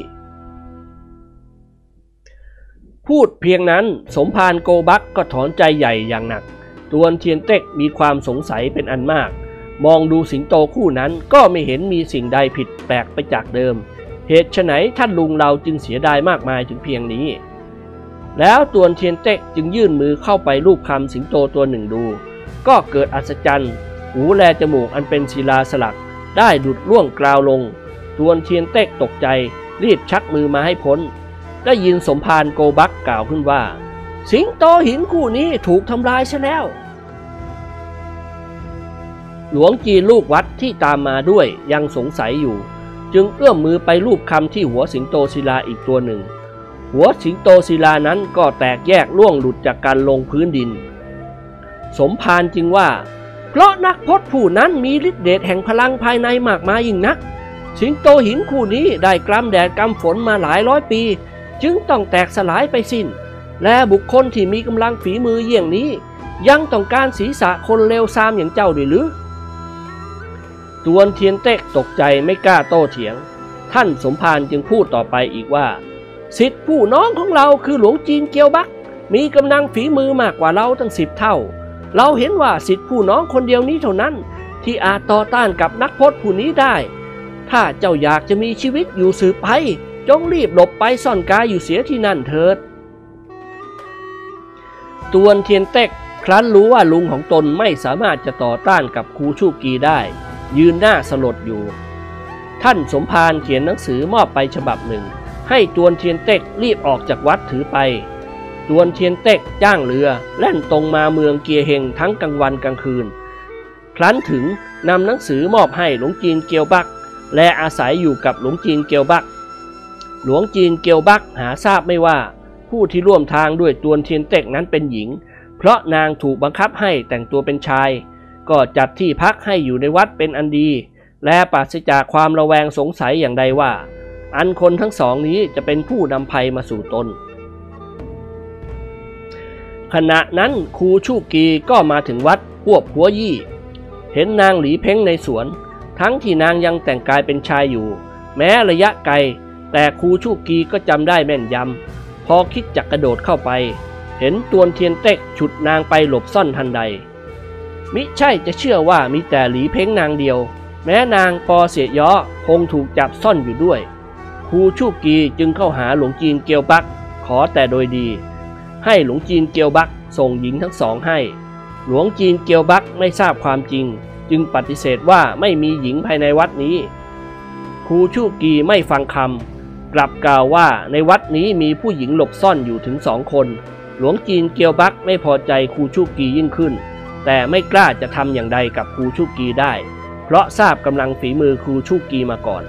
พูดเพียงนั้นสมภารโกบักก็ถอนใจใหญ่อย่างหนักตวนเทียนเต็กมีความสงสัยเป็นอันมากมองดูสิงโตคู่นั้นก็ไม่เห็นมีสิ่งใดผิดแปลกไปจากเดิมเหตุไฉนท่านลุงเราจึงเสียดายมากมายถึงเพียงนี้แล้วตวนเทียนเต็กจึงยื่นมือเข้าไปลูบคำสิงโตตัวหนึ่งดูก็เกิดอัศจรรย์หูแลจมูกอันเป็นศิลาสลักได้ดุดล่วงกราวลงตวนเทียนเต็กตกใจรีบชักมือมาให้พ้นได้ยินสมภารโกบักกล่าวขึ้นว่าสิงโตหินคู่นี้ถูกทำลายซะแล้วหลวงจีนลูกวัดที่ตามมาด้วยยังสงสัยอยู่จึงเอื้อมมือไปลูบคำที่หัวสิงโตศิลาอีกตัวหนึ่งหัวสิงโตศิลานั้นก็แตกแยกล่วงหลุดจากการลงพื้นดินสมภารจึงว่าเพราะนักพจน์ผู้นั้นมีฤทธิ์เดชแห่งพลังภายในมากมายยิ่งนักสิงโตหินคู่นี้ได้กล้ำแดดกล้ำฝนมาหลายร้อยปีจึงต้องแตกสลายไปสิ้นและบุคคลที่มีกำลังฝีมือเยี่ยงนี้ยังต้องการศีรษะคนเลวทรามอย่างเจ้าด้วยหรือตวนเทียนเต็กตกใจไม่กล้าโต้เถียงท่านสมภารจึงพูดต่อไปอีกว่าศิษย์ผู้น้องของเราคือหลวงจีนเกียวบักมีกำลังฝีมือมากกว่าเราตั้งสิบเท่าเราเห็นว่าศิษย์ผู้น้องคนเดียวนี้เท่านั้นที่อาจต่อต้านกับนักพจน์ผู้นี้ได้ถ้าเจ้าอยากจะมีชีวิตอยู่สืบไปจงรีบหลบไปซ่อนกายอยู่เสียที่นั่นเถิดตวนเทียนเต็กครั้นรู้ว่าลุงของตนไม่สามารถจะต่อต้านกับครูชูกีได้ยืนหน้าสลดอยู่ท่านสมภารเขียนหนังสือมอบไปฉบับหนึ่งให้ตวนเทียนเต็กรีบออกจากวัดถือไปตวนเทียนเต็กจ้างเรือแล่นตรงมาเมืองเกียเฮงทั้งกลางวันกลางคืนครั้นถึงนำหนังสือมอบให้หลวงจีนเกียวบักและอาศัยอยู่กับหลวงจีนเกียวบักหลวงจีนเกียวบักหาทราบไม่ว่าผู้ที่ร่วมทางด้วยตวนเทียนเต็กนั้นเป็นหญิงเพราะนางถูกบังคับให้แต่งตัวเป็นชายก็จัดที่พักให้อยู่ในวัดเป็นอันดีและปราศจากความระแวงสงสัยอย่างใดว่าอันคนทั้งสองนี้จะเป็นผู้นำภัยมาสู่ตนขณะนั้นครูชูกีก็มาถึงวัดพวบหัวยี่เห็นนางหลีเพ้งในสวนทั้งที่นางยังแต่งกายเป็นชายอยู่แม้ระยะไกลแต่ครูชูกีก็จำได้แม่นยำพอคิดจะกระโดดเข้าไปเห็นตวนเทียนเต็กฉุดนางไปหลบซ่อนทันใดมิใช่จะเชื่อว่ามีแต่หลีเพ้งนางเดียวแม้นางปอเสียย้อคงถูกจับซ่อนอยู่ด้วยครูชูกีจึงเข้าหาหลวงจีนเกียวบักขอแต่โดยดีให้หลวงจีนเกียวบักส่งหญิงทั้งสองให้หลวงจีนเกียวบักไม่ทราบความจริงจึงปฏิเสธว่าไม่มีหญิงภายในวัดนี้ครูชูกีไม่ฟังคำกลับกล่าวว่าในวัดนี้มีผู้หญิงหลบซ่อนอยู่ถึงสองคนหลวงจีนเกียวบักไม่พอใจครูชูกียิ่งขึ้นแต่ไม่กล้าจะทำอย่างใดกับครูชูกีได้เพราะทราบกำลังฝีมือครูชูกีมาก่อน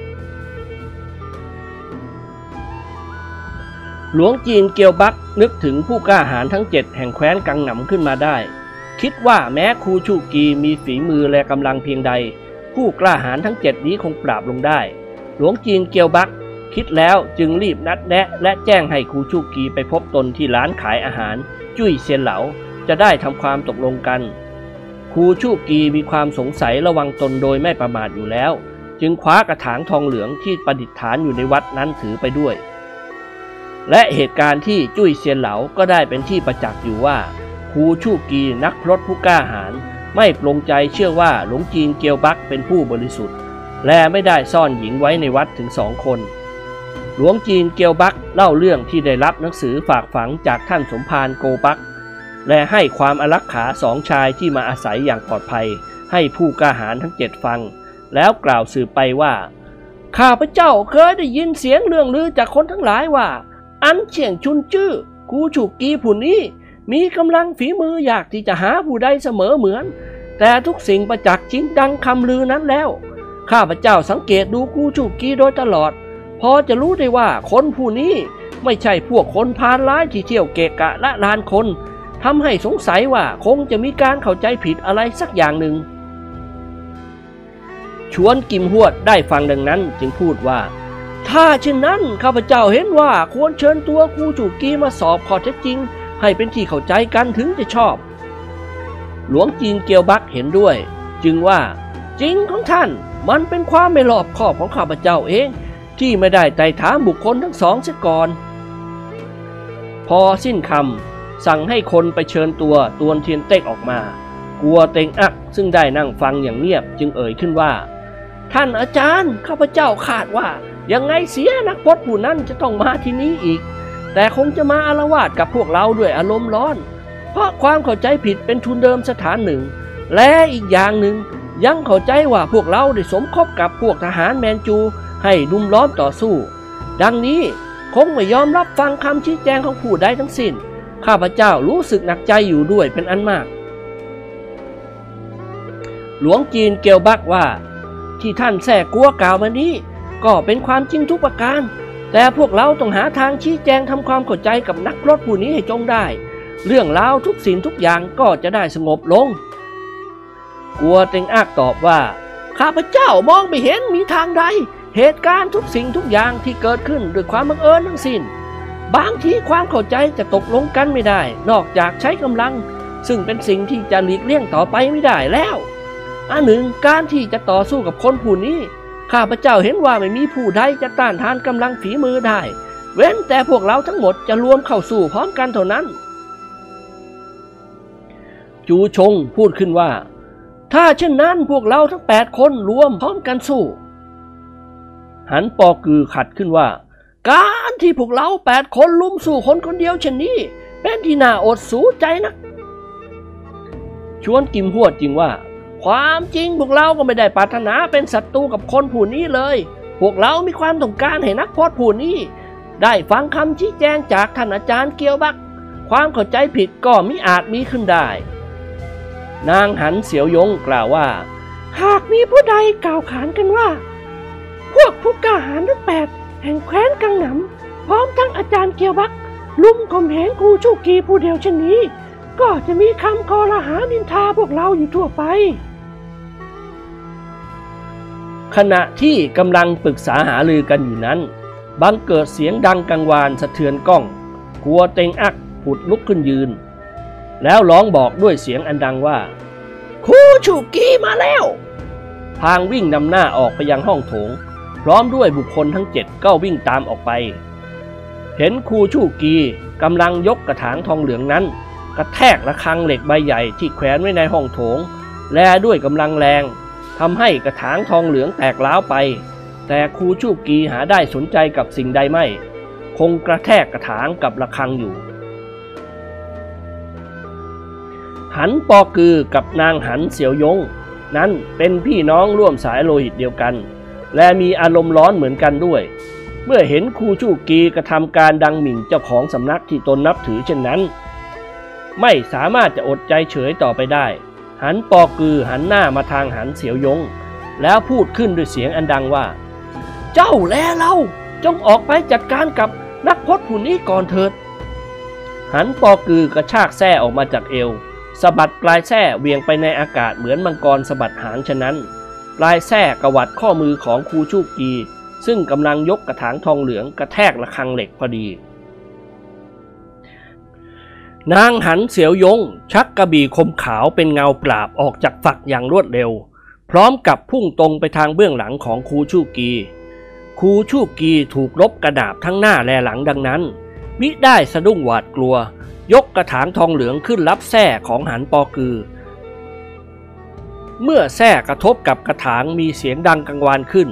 หลวงจีนเกียวบักนึกถึงผู้กล้าหาญทั้งเจ็ดแห่งแคว้นกังหนำขึ้นมาได้คิดว่าแม้ครูชูกีมีฝีมือและกำลังเพียงใดผู้กล้าหาญทั้งเจ็ดนี้คงปราบลงได้หลวงจีนเกียวบักคิดแล้วจึงรีบนัดแนะและแจ้งให้ครูชูกีไปพบตนที่ร้านขายอาหารจุ้ยเซียนเหลาจะได้ทำความตกลงกันครูชูกีมีความสงสัยระวังตนโดยไม่ประมาทอยู่แล้วจึงคว้ากระถางทองเหลืองที่ประดิษฐานอยู่ในวัดนั้นถือไปด้วยและเหตุการณ์ที่จุ้ยเซียนเหลาก็ได้เป็นที่ประจักษ์อยู่ว่าครูชูกีนักพรตผู้กล้าหาญไม่ปลงใจเชื่อว่าหลวงจีนเกียวบักเป็นผู้บริสุทธิ์และไม่ได้ซ่อนหญิงไว้ในวัดถึงสองคนหลวงจีนเกียวบักเล่าเรื่องที่ได้รับหนังสือฝากฝังจากท่านสมภารโกบักและให้ความอารักขาสองชายที่มาอาศัยอย่างปลอดภัยให้ผู้กล้าหาญทั้งเจ็ดฟังแล้วกล่าวสืบไปว่าข้าพเจ้าเคยได้ยินเสียงเรื่องลือจากคนทั้งหลายว่าอันเฉียงชุนจื้อครูชูกีผู้นี้มีกำลังฝีมืออยากที่จะหาผู้ใดเสมอเหมือนแต่ทุกสิ่งประจักษ์จริงดังคำลือนั้นแล้วข้าพเจ้าสังเกตดูครูชูกีโดยตลอดพอจะรู้ได้ว่าคนผู้นี้ไม่ใช่พวกคนพาลร้ายที่เที่ยวเกะกะละลานคนทำให้สงสัยว่าคงจะมีการเข้าใจผิดอะไรสักอย่างหนึ่งชวนกิมฮวดได้ฟังดังนั้นจึงพูดว่าถ้าเช่นนั้นข้าพเจ้าเห็นว่าควรเชิญตัวครูจูกีมาสอบข้อเท็จจริงให้เป็นที่เข้าใจกันถึงจะชอบหลวงจีนเกียวบักเห็นด้วยจึงว่าจริงของท่านมันเป็นความไม่รอบคอบของข้าพเจ้าเองที่ไม่ได้ไต่ถามบุคคลทั้งสองเสียก่อนพอสิ้นคำสั่งให้คนไปเชิญตัวตวนเทียนเต็กออกมากลัวเต็งอักซึ่งได้นั่งฟังอย่างเงียบจึงเอ่ยขึ้นว่าท่านอาจารย์ข้าพเจ้าคาดว่ายังไงเสียนักพจน์ผู้นั้นจะต้องมาที่นี้อีกแต่คงจะมาอาละวาดกับพวกเราด้วยอารมณ์ร้อนเพราะความเข้าใจผิดเป็นทุนเดิมสถานหนึ่งและอีกอย่างหนึ่งยังเข้าใจว่าพวกเราได้สมคบกับพวกทหารแมนจูให้ดุมล้อมต่อสู้ดังนี้คงไม่ยอมรับฟังคำชี้แจงของผู้ใดทั้งสิ้นข้าพเจ้ารู้สึกหนักใจอยู่ด้วยเป็นอันมากหลวงจีนเกียวบักว่าที่ท่านแส่กัวกล่าวมานี้ก็เป็นความจริงทุกประการแต่พวกเราต้องหาทางชี้แจงทำความเข้าใจกับนักรบผู้นี้ให้จงได้เรื่องราวทุกสิ่งทุกอย่างก็จะได้สงบลงกัวเต็งอักตอบว่าข้าพเจ้ามองไม่เห็นมีทางใดเหตุการณ์ทุกสิ่งทุกอย่างที่เกิดขึ้นด้วยความบังเอิญทั้งสิ้นบางทีความเข้าใจจะตกลงกันไม่ได้นอกจากใช้กำลังซึ่งเป็นสิ่งที่จะหลีกเลี่ยงต่อไปไม่ได้แล้วอันหนึ่งการที่จะต่อสู้กับคนผู้นี้ข้าพเจ้าเห็นว่าไม่มีผู้ใดจะต้านทานกำลังฝีมือได้เว้นแต่พวกเราทั้งหมดจะรวมเข้าสู้พร้อมกันเท่านั้นจูชงพูดขึ้นว่าถ้าเช่นนั้นพวกเราทั้งแปดคนรวมพร้อมกันสู้หันปอกือขัดขึ้นว่าการที่พวกเราแปดคนลุมสู้คนคนเดียวเช่นนี้เป็นที่น่าอดสูใจนักชวนกิมฮวดจริงว่าความจริงพวกเราก็ไม่ได้ปรารถนาเป็นศัตรูกับคนผู้นี้เลยพวกเรามีความต้องการให้นักพจน์ผู้นี้ได้ฟังคำชี้แจงจากท่านอาจารย์เกียวบักความเข้าใจผิดก็มิอาจมีขึ้นได้นางหันเสียวยงกล่าวว่าหากมีผู้ใดกล่าวขานกันว่าพวกผู้กล้าหาญทั้งแปดแห่งแคว้นกังหนำพร้อมทั้งอาจารย์เกียวบักลุมข่มเหงครูชูกีผู้เดียวเช่นนี้ก็จะมีคำกล่าวหานินทาพวกเราอยู่ทั่วไปขณะที่กำลังปรึกษาหารือกันอยู่นั้นบังเกิดเสียงดังกังวานสะเทือนก้องกัวเต็งอักผุดลุกขึ้นยืนแล้วร้องบอกด้วยเสียงอันดังว่าครูชูกีมาแล้วพางวิ่งนำหน้าออกไปยังห้องโถงพร้อมด้วยบุคคลทั้งเจ็ดก็วิ่งตามออกไปเห็นครูชูกีกำลังยกกระถางทองเหลืองนั้นกระแทกระฆังเหล็กใบใหญ่ที่แขวนไว้ในห้องโถงแลด้วยกำลังแรงทำให้กระถางทองเหลืองแตกร้าวไปแต่ครูชูกีหาได้สนใจกับสิ่งใดไม่คงกระแทกกระถางกับระฆังอยู่หันปอกือกับนางหันเสียวยงนั้นเป็นพี่น้องร่วมสายโลหิตเดียวกันและมีอารมณ์ร้อนเหมือนกันด้วยเมื่อเห็นครูชูกีกระทำการดังหมิ่นเจ้าของสำนักที่ตนนับถือเช่นนั้นไม่สามารถจะอดใจเฉยต่อไปได้หันปอกือหันหน้ามาทางหันเสียวยงแล้วพูดขึ้นด้วยเสียงอันดังว่าเจ้าแลเราจงออกไปจัดการกับนักพจน์ผู้นี้ก่อนเถิดหันปอกือกระชากแส้ออกมาจากเอวสะบัดปลายแส้เวียงไปในอากาศเหมือนมังกรสะบัดหางฉะนั้นปลายแส้กวัดข้อมือของครูชูกีซึ่งกำลังยกกระถางทองเหลืองกระแทกระฆังเหล็กพอดีนางหันเสียวยงชักกระบี่คมขาวเป็นเงาปราบออกจากฝักอย่างรวดเร็วพร้อมกับพุ่งตรงไปทางเบื้องหลังของครูชูกีครูชูกีถูกลบกระดาบทั้งหน้าและหลังดังนั้นมิได้สะดุ้งหวาดกลัวยกกระถางทองเหลืองขึ้นรับแส้ของหันปอกือเมื่อแส้กระทบกับกระถางมีเสียงดังกังวานขึ้น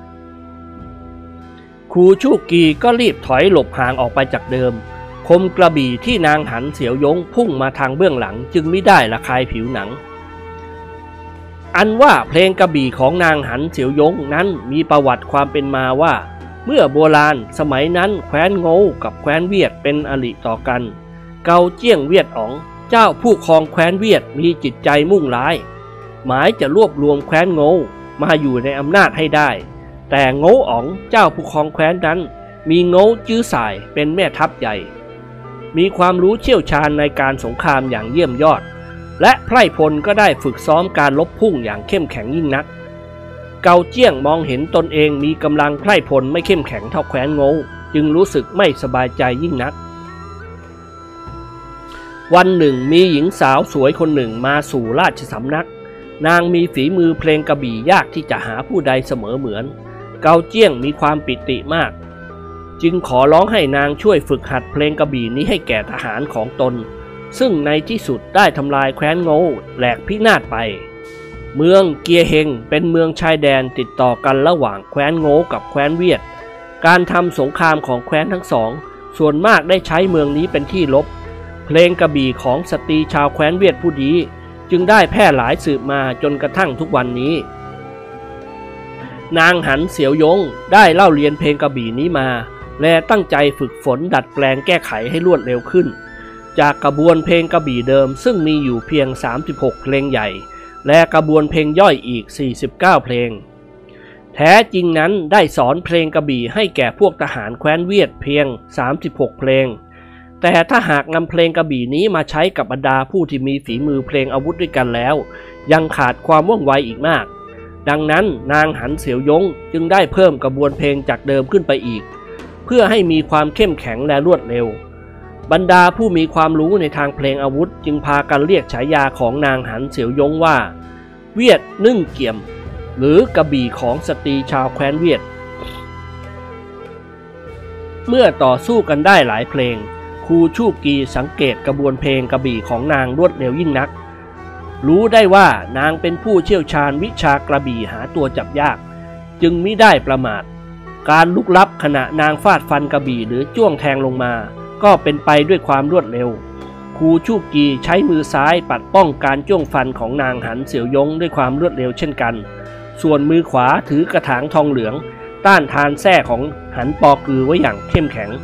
ครูชูกีก็รีบถอยหลบห่างออกไปจากเดิมคมกระบี่ที่นางหันเสียวยงพุ่งมาทางเบื้องหลังจึงไม่ได้ระคายผิวหนังอันว่าเพลงกระบี่ของนางหันเสียวยงนั้นมีประวัติความเป็นมาว่าเมื่อโบราณสมัยนั้นแคว้นโง่กับแคว้นเวียดเป็นอริต่อกันเกาเจี้ยงเวียดอ๋องเจ้าผู้ครองแคว้นเวียดมีจิตใจมุ่งร้ายหมายจะรวบรวมแคว้นโง่มาอยู่ในอำนาจให้ได้แต่โง่อ๋องเจ้าผู้ครองแคว้นนั้นมีโง่จื้อสายเป็นแม่ทัพใหญ่มีความรู้เชี่ยวชาญในการสงครามอย่างเยี่ยมยอดและไพร่พลก็ได้ฝึกซ้อมการลบพุ่งอย่างเข้มแข็งยิ่งนักเกาเจี้ยงมองเห็นตนเองมีกำลังไพร่พลไม่เข้มแข็งเท่าแคว้นโง่จึงรู้สึกไม่สบายใจยิ่งนักวันหนึ่งมีหญิงสาวสวยคนหนึ่งมาสู่ราชสำนักนางมีฝีมือเพลงกระบี่ยากที่จะหาผู้ใดเสมอเหมือนเกาเจี้ยงมีความปิติมากจึงขอร้องให้นางช่วยฝึกหัดเพลงกระบี่นี้ให้แก่ทหารของตนซึ่งในที่สุดได้ทำลายแคว้นโง่แหลกพินาศไปเมืองเกียเฮงเป็นเมืองชายแดนติดต่อกันระหว่างแคว้นโง่กับแคว้นเวียดการทำสงครามของแคว้นทั้งสองส่วนมากได้ใช้เมืองนี้เป็นที่รบเพลงกระบี่ของสตรีชาวแคว้นเวียดผู้ดีจึงได้แพร่หลายสืบมาจนกระทั่งทุกวันนี้นางหันเสียวยงได้เล่าเรียนเพลงกระบี่นี้มาและตั้งใจฝึกฝนดัดแปลงแก้ไขให้รวดเร็วขึ้นจากกระบวนเพลงกระบี่เดิมซึ่งมีอยู่เพียงสามสิบหกเพลงใหญ่และกระบวนเพลงย่อยอีกสี่สิบเก้าเพลงแท้จริงนั้นได้สอนเพลงกระบี่ให้แก่พวกทหารแคว้นเวียดเพียงสามสิบหกเพลงแต่ถ้าหากนำเพลงกระบี่นี้มาใช้กับบรรดาผู้ที่มีฝีมือเพลงอาวุธด้วยกันแล้วยังขาดความว่องไวอีกมากดังนั้นนางหันเสียวยงจึงได้เพิ่มกระบวนเพลงจากเดิมขึ้นไปอีกเพื่อให้มีความเข้มแข็งและรวดเร็วบรรดาผู้มีความรู้ในทางเพลงอาวุธจึงพากันเรียกฉายาของนางหันเสียวยงว่าเวียดนึ่งเกี่ยมหรือกระบี่ของสตรีชาวแคว้นเวียดเมื่อต่อสู้กันได้หลายเพลงครูชู่กีสังเกตกระบวนเพลงกระบี่ของนางรวดเร็วยิ่งนักรู้ได้ว่านางเป็นผู้เชี่ยวชาญวิชากระบี่หาตัวจับยากจึงมิได้ประมาทการลุกลับขณะนางฟาดฟันกระบี่หรือจ้วงแทงลงมาก็เป็นไปด้วยความรวดเร็วครูชู่กีใช้มือซ้ายปัดป้องการจ้วงฟันของนางหันเสียวยงด้วยความรวดเร็วเช่นกันส่วนมือขวาถือกระถางทองเหลืองต้านทานแส้ของหันปอกือไว้อย่างเข้มแข็ง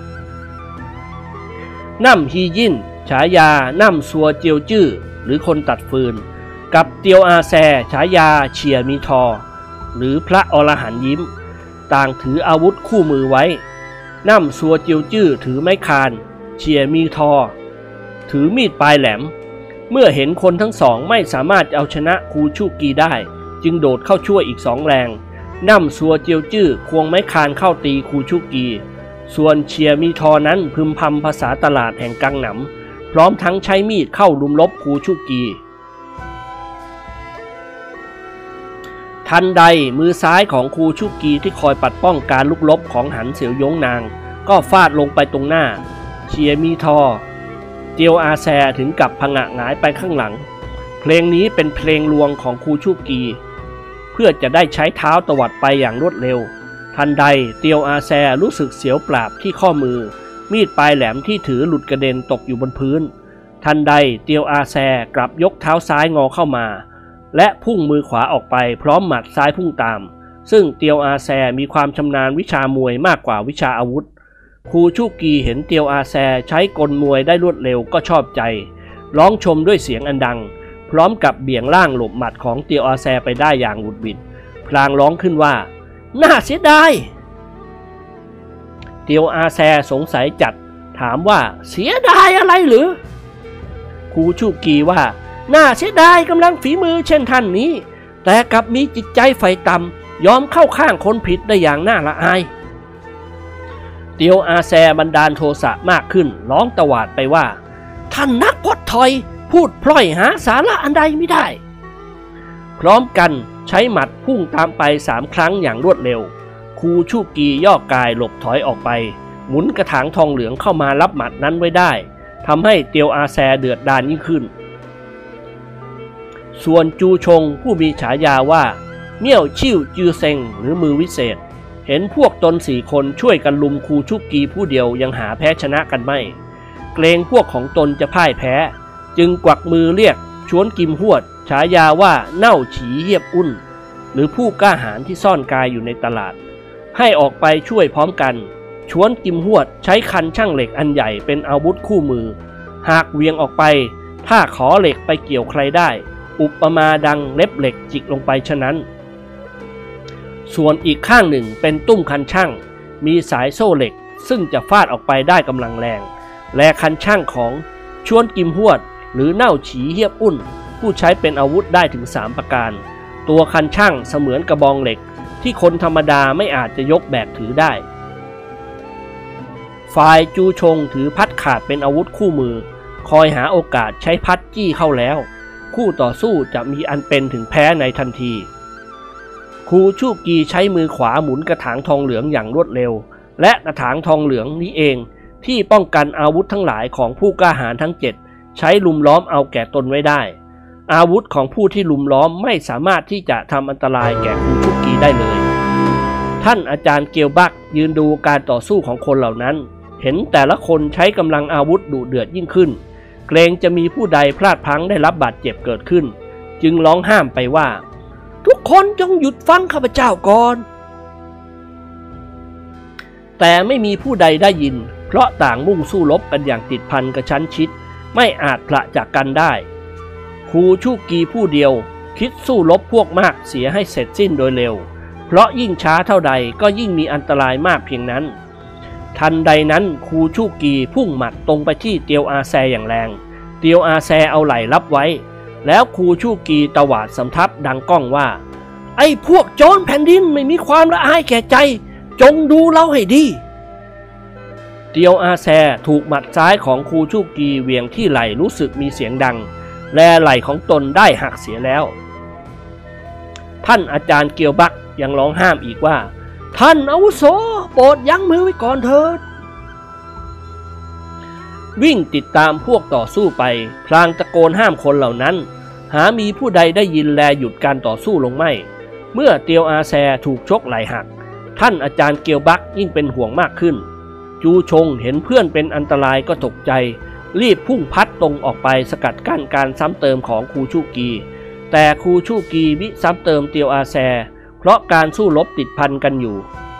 น่ำฮียินฉายาน่ำซัวเจียวจื้อหรือคนตัดฟืนกับเตียวอาแซฉายาเฉียมีทอหรือพระอรหันต์ยิ้มต่างถืออาวุธคู่มือไว้น่ำซัวเจียวจื้อถือไม้คานเฉียมีทอถือมีดปลายแหลมเมื่อเห็นคนทั้งสองไม่สามารถเอาชนะครูชู่กีได้จึงโดดเข้าช่วยอีกสองแรงน่ำซัวเจียวจื้อควงไม้คานเข้าตีครูชู่กีส่วนเฉียมีทอนั้นพึมพำภาษาตลาดแห่งกังหนำพร้อมทั้งใช้มีดเข้าลุมลบครูชู่กีทันใดมือซ้ายของครูชู่กีที่คอยปัดป้องการลุกลบของหันเสียวยงนางก็ฟาดลงไปตรงหน้าเฉียมีทอเตียวอาแซถึงกับผงะหงายไปข้างหลังเพลงนี้เป็นเพลงลวงของครูชู่กีเพื่อจะได้ใช้เท้าตวัดไปอย่างรวดเร็วทันใดเตียวอาแซรู้สึกเสียวปราบที่ข้อมือมีดปลายแหลมที่ถือหลุดกระเด็นตกอยู่บนพื้นทันใดเตียวอาแซกลับยกเท้าซ้ายงอเข้ามาและพุ่งมือขวาออกไปพร้อมหมัดซ้ายพุ่งตามซึ่งเตียวอาแซมีความชำนาญวิชามวยมากกว่าวิชาอาวุธครูชู่กีเห็นเตียวอาแซใช้กลมวยได้รวดเร็วก็ชอบใจร้องชมด้วยเสียงอันดังพร้อมกับเบี่ยงล่างหลบหมัดของเตียวอาแซไปได้อย่างหวุดหวิดพลางร้องขึ้นว่าน่าเสียดายเตียวอาแซสงสัยจัดถามว่าเสียดายอะไรหรือครูชู่กีว่าน่าเสียดายกำลังฝีมือเช่นท่านนี้แต่กลับมีจิตใจไฟต่ำยอมเข้าข้างคนผิดได้อย่างน่าละอายเตียวอาแซบันดาลโทสะมากขึ้นร้องตวาดไปว่าท่านนักพดถอยพูดพล่อยหาสาระอันใดไม่ได้พร้อมกันใช้หมัดพุ่งตามไปสามครั้งอย่างรวดเร็วครูชู่กีย่อกายหลบถอยออกไปหมุนกระถางทองเหลืองเข้ามารับหมัดนั้นไว้ได้ทำให้เตียวอาแซเดือดดาลยิ่งขึ้นส่วนจูชงผู้มีฉายาว่าเมี่ยวชิ่วจือเซ็งหรือมือวิเศษเห็นพวกตนสี่คนช่วยกันลุมครูชู่กีผู้เดียวยังหาแพ้ชนะกันไม่เกรงพวกของตนจะพ่ายแพ้จึงกวักมือเรียกชวนกิมฮวดฉายาว่าเน่าฉีเยียบอุ่นหรือผู้กล้าหาญที่ซ่อนกายอยู่ในตลาดให้ออกไปช่วยพร้อมกันชวนกิมฮวดใช้คันช่างเหล็กอันใหญ่เป็นอาวุธคู่มือหากเวียงออกไปถ้าขอเหล็กไปเกี่ยวใครได้อุปมาดังเล็บเหล็กจิกลงไปฉะนั้นส่วนอีกข้างหนึ่งเป็นตุ้มคันช่างมีสายโซ่เหล็กซึ่งจะฟาดออกไปได้กำลังแรงและคันช่างของชวนกิมฮวดหรือเน่าฉีเฮียบอุ่นผู้ใช้เป็นอาวุธได้ถึงสามประการตัวคันช่างเสมือนกระบองเหล็กที่คนธรรมดาไม่อาจจะยกแบกถือได้ฝ่ายจูชงถือพัดขาดเป็นอาวุธคู่มือคอยหาโอกาสใช้พัดจี้เข้าแล้วคู่ต่อสู้จะมีอันเป็นถึงแพ้ในทันทีคูชูกีใช้มือขวาหมุนกระถางทองเหลืองอย่างรวดเร็วและกระถางทองเหลืองนี้เองที่ป้องกันอาวุธทั้งหลายของผู้กล้าหาญทั้งเจ็ดใช้ลุมล้อมเอาแก่ตนไว้ได้อาวุธของผู้ที่ลุมล้อมไม่สามารถที่จะทำอันตรายแก่คูชูกีได้เลยท่านอาจารย์เกียวบักยืนดูการต่อสู้ของคนเหล่านั้นเห็นแต่ละคนใช้กำลังอาวุธดุเดือดยิ่งขึ้นเกรงจะมีผู้ใดพลาดพลั้งได้รับบาดเจ็บเกิดขึ้นจึงร้องห้ามไปว่าทุกคนจงหยุดฟังข้าพเจ้าก่อนแต่ไม่มีผู้ใดได้ยินเพราะต่างมุ่งสู้รบกันอย่างติดพันกระชั้นชิดไม่อาจพละจากกันได้คูชูกีผู้เดียวคิดสู้รบพวกมากเสียให้เสร็จสิ้นโดยเร็วเพราะยิ่งช้าเท่าใดก็ยิ่งมีอันตรายมากเพียงนั้นทันใดนั้นคูชูกีพุ่งหมัดตรงไปที่เตียวอาแซอย่างแรงเตียวอาแซเอาไหล่รับไว้แล้วคูชูกีตวาดสำทับดังก้องว่าไอ้พวกโจรแผ่นดินไม่มีความละอายแก่ใจจงดูเราให้ดีเตียวอาแซถูกหมัดซ้ายของคูชูกีเวียงที่ไหล่รู้สึกมีเสียงดังและไหล่ของตนได้หักเสียแล้วท่านอาจารย์เกียวบักยังร้องห้ามอีกว่าท่านอาวุโสโปรดยั้งมือไว้ก่อนเถิดวิ่งติดตามพวกต่อสู้ไปพลางตะโกนห้ามคนเหล่านั้นหามีผู้ใดได้ยินแลหยุดการต่อสู้ลงไม่เมื่อเตียวอาแซถูกชกไหล่หักท่านอาจารย์เกียวบักยิ่งเป็นห่วงมากขึ้นจูชงเห็นเพื่อนเป็นอันตรายก็ตกใจรีบพุ่งพัดตรงออกไปสกัดกั้นการซ้ำเติมของคูชูกีแต่คูชูกีมิซ้ำเติมเตียวอาแซเพราะการสู้รบติดพันกันอยู่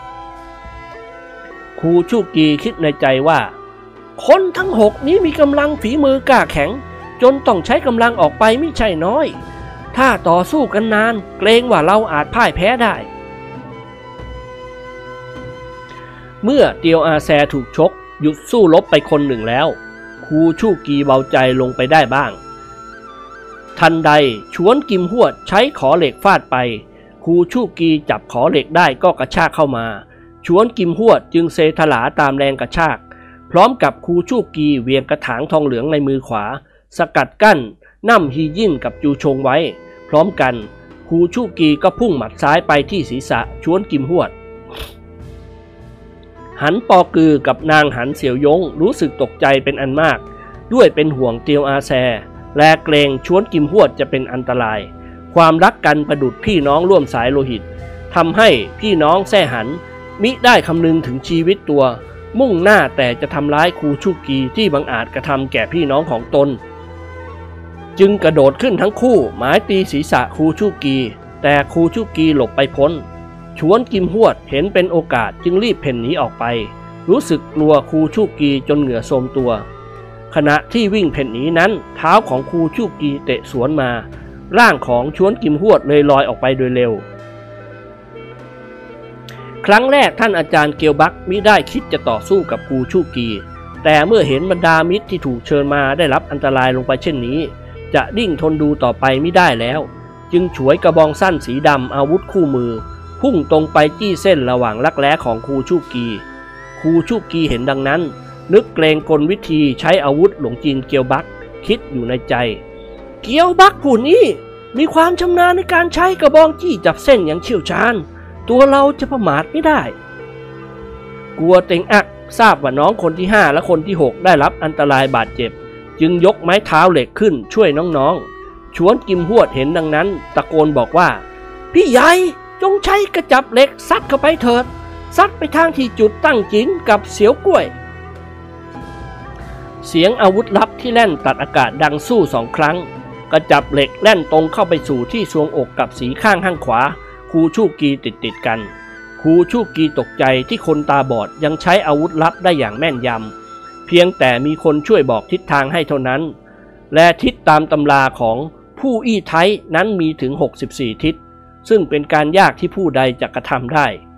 คูชูกีคิดในใจว่าคนทั้งหกนี้มีกำลังฝีมือกล้าแข็งจนต้องใช้กำลังออกไปไม่ใช่น้อยถ้าต่อสู้กันนานเกรงว่าเราอาจพ่ายแพ้ได้เมื่อเตียวอาแซถูกชกหยุดสู้รบไปคนหนึ่งแล้วคูชูกีเบาใจลงไปได้บ้างทันใดชวนกิมฮวดใช้ขอเหล็กฟาดไปคูชูกีจับขอเหล็กได้ก็กระชากเข้ามาชวนกิมฮวดจึงเซถลาตามแรงกระชากพร้อมกับคูชูกีเวียงกระถางทองเหลืองในมือขวาสกัดกั้นน่ำฮียิ่นกับจูชงไว้พร้อมกันคูชูกีก็พุ่งหมัดซ้ายไปที่ศีรษะชวนกิมฮวดหันปอกือกับนางหันเสี่ยวยงรู้สึกตกใจเป็นอันมากด้วยเป็นห่วงเตียวอาแซและเกรงชวนกิมฮวดจะเป็นอันตรายความรักกันประดุจพี่น้องร่วมสายโลหิตทำให้พี่น้องแซ่หันมิได้คำนึงถึงชีวิตตัวมุ่งหน้าแต่จะทำร้ายคูชูกีที่บังอาจกระทำแก่พี่น้องของตนจึงกระโดดขึ้นทั้งคู่หมายตีศีรษะคูชูกีแต่คูชูกีหลบไปพ้นชวนกิมฮวดเห็นเป็นโอกาสจึงรีบเพ่นหนีออกไปรู้สึกกลัวคูชูกีจนเหงื่อโทมตัวขณะที่วิ่งเพ่นหนีนั้นเท้าของคูชูกีเตะสวนมาร่างของชวนกิมฮวดเลยลอยออกไปโดยเร็วครั้งแรกท่านอาจารย์เกียวบักมิได้คิดจะต่อสู้กับคูชูกีแต่เมื่อเห็นบรรดามิตรที่ถูกเชิญมาได้รับอันตรายลงไปเช่นนี้จะดิ้งทนดูต่อไปไม่ได้แล้วจึงฉวยกระบองสั้นสีดำอาวุธคู่มือพุ่งตรงไปจี้เส้นระหว่างรักแร้ของคูชูกีคูชูกีเห็นดังนั้นนึกเกรงกลวิธีใช้อาวุธหลงจีนเกียวบักคิดอยู่ในใจเกียวบักผู้นี้มีความชำนาญในการใช้กระบองจี้จับเส้นอย่างเชี่ยวชาญตัวเราจะประมาทไม่ได้กลัวเต็งอักทราบว่าน้องคนที่ห้าและคนที่หกได้รับอันตรายบาดเจ็บจึงยกไม้เท้าเหล็กขึ้นช่วยน้องๆชวนกิมฮวดเห็นดังนั้นตะโกนบอกว่าพี่ใหญ่จงใช้กระจับเหล็กซัดเข้าไปเถิดซัดไปทางที่จุดตั้งจินกับเสียวกล้วยเสียงอาวุธลับที่แล่นตัดอากาศดังสู้สองครั้งกระจับเหล็กแล่นตรงเข้าไปสู่ที่ทรวงอกกับสีข้างข้างขวาคูชูกีติดติดกันคูชูกีตกใจที่คนตาบอดยังใช้อาวุธลับได้อย่างแม่นยำเพียงแต่มีคนช่วยบอกทิศทางให้เท่านั้นและทิศตามตำราของผู้อี้ไทนั้นมีถึงหกสิบสี่ทิศซึ่งเป็นการยากที่ผู้ใดจะกระทำได้ข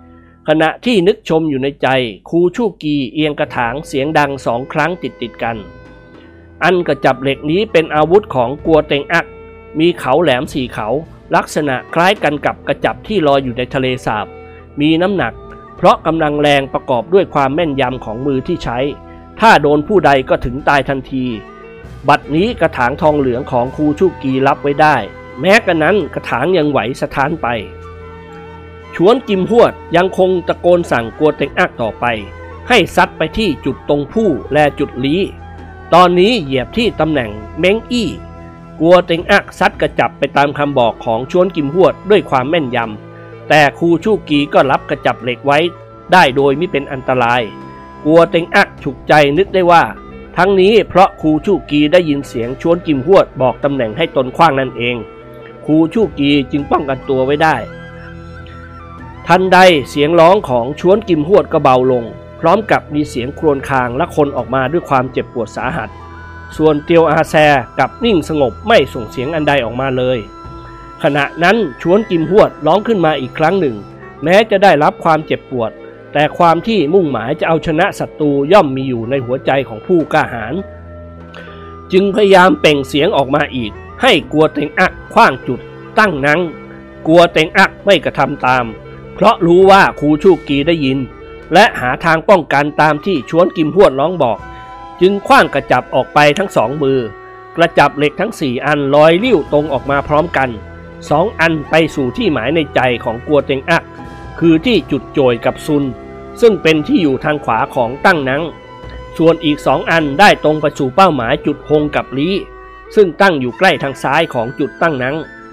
ขณะที่นึกชมอยู่ในใจครูชูกีเอียงกระถางเสียงดังสองครั้งติดติดกันอันกระจับเหล็กนี้เป็นอาวุธของกัวเต็งอักมีเขาแหลมสี่เขาลักษณะคล้ายกันกับกระจับที่ลอยอยู่ในทะเลสาบมีน้ำหนักเพราะกำลังแรงประกอบด้วยความแม่นยำของมือที่ใช้ถ้าโดนผู้ใดก็ถึงตายทันทีบัดนี้กระถางทองเหลืองของครูชูกีรับไว้ได้แม้กระนั้นกระถางยังไหวสะท้านไปชวนกิมฮวดยังคงตะโกนสั่งกัวเต็งอักต่อไปให้ซัดไปที่จุดตรงผู้และจุดลี้ตอนนี้เหยียบที่ตำแหน่งเม้งอี้กัวเต็งอักซัดกระจับไปตามคำบอกของชวนกิมฮวดด้วยความแม่นยำแต่ครูชูกีก็รับกระจับเหล็กไว้ได้โดยไม่เป็นอันตรายกัวเต็งอักฉุกใจนึกได้ว่าทั้งนี้เพราะครูชูกีได้ยินเสียงชวนกิมฮวดบอกตำแหน่งให้ตนขว้างนั่นเองครูชูกีจึงป้องกันตัวไว้ได้ทันใดเสียงร้องของชวนกิมฮวดก็เบาลงพร้อมกับมีเสียงครวญครางและคนออกมาด้วยความเจ็บปวดสาหัสส่วนเตียวอาแซกับนิ่งสงบไม่ส่งเสียงอันใดออกมาเลยขณะนั้นชวนกิมฮวดร้องขึ้นมาอีกครั้งหนึ่งแม้จะได้รับความเจ็บปวดแต่ความที่มุ่งหมายจะเอาชนะศัตรูย่อมมีอยู่ในหัวใจของผู้กล้าหาญจึงพยายามเปล่งเสียงออกมาอีกให้กัวเต็งอักขว้างจุดตั้งนังกัวเต็งอักไม่กระทำตามเพราะรู้ว่าครูชูกีได้ยินและหาทางป้องกันตามที่ชวนกิมฮวดร้องบอกจึงขว้างกระจับออกไปทั้งสองมือกระจับเหล็กทั้งสี่อันลอยลิ้วตรงออกมาพร้อมกันสองอันไปสู่ที่หมายในใจของกัวเต็งอักคือที่จุดโจยกับซุนซึ่งเป็นที่อยู่ทางขวาของตั้งนังส่วนอีกสองอันได้ตรงไปสู่เป้าหมายจุดฮงกับลี้ซึ่งตั้งอยู่ใกล้ทางซ้ายของจุดตั้งนัง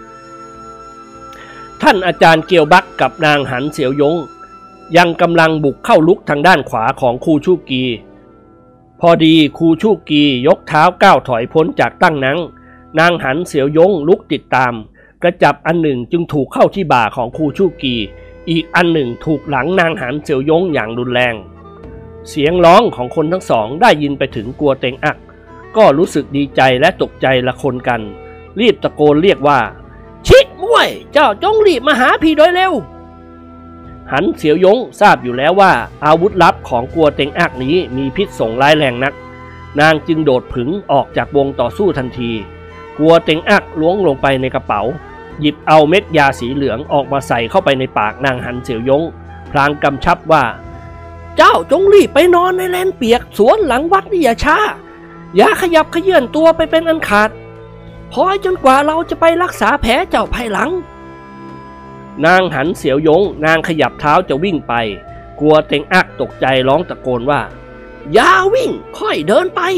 ท่านอาจารย์เกียวบักกับนางหันเสี่ยวยงยังกำลังบุกเข้าลุกทางด้านขวาของครูชูกีพอดีครูชูกียกเท้าก้าวถอยพ้นจากตั้งนังนางหันเสี่ยวยงลุกติดตามกระจับอันหนึ่งจึงถูกเข้าที่บ่าของครูชูกีอีกอันหนึ่งถูกหลังนางหันเสี่ยวยงอย่างรุนแรงเสียงร้องของคนทั้งสองได้ยินไปถึงกัวเต็งอักก็รู้สึกดีใจและตกใจละคนกันรีบตะโกนเรียกว่าชิกม้วยเจ้าจงรีบมาหาพี่โดยเร็วหันเสี่ยวยงทราบอยู่แล้วว่าอาวุธลับของกัวเต็งอักนี้มีพิษส่งร้ายแรงนักนางจึงโดดผึ่งออกจากวงต่อสู้ทันทีกัวเต็งอักล้วงลงไปในกระเป๋าหยิบเอาเม็ดยาสีเหลืองออกมาใส่เข้าไปในปากนางหันเสี่ยวยงพลางกำชับว่าเจ้าจงรีบไปนอนในแลนเปียกสวนหลังวัดนี่อย่าช้าอย่าขยับขยื่นตัวไปเป็นอันขาดพอจนกว่าเราจะไปรักษาแผลเจ้าภายหลังนางหันเสี่ยวยงนางขยับเท้าจะวิ่งไปกลัวเต็งอักตกใจร้องตะโกนว่าอย่าวิ่งค่อยเดินไป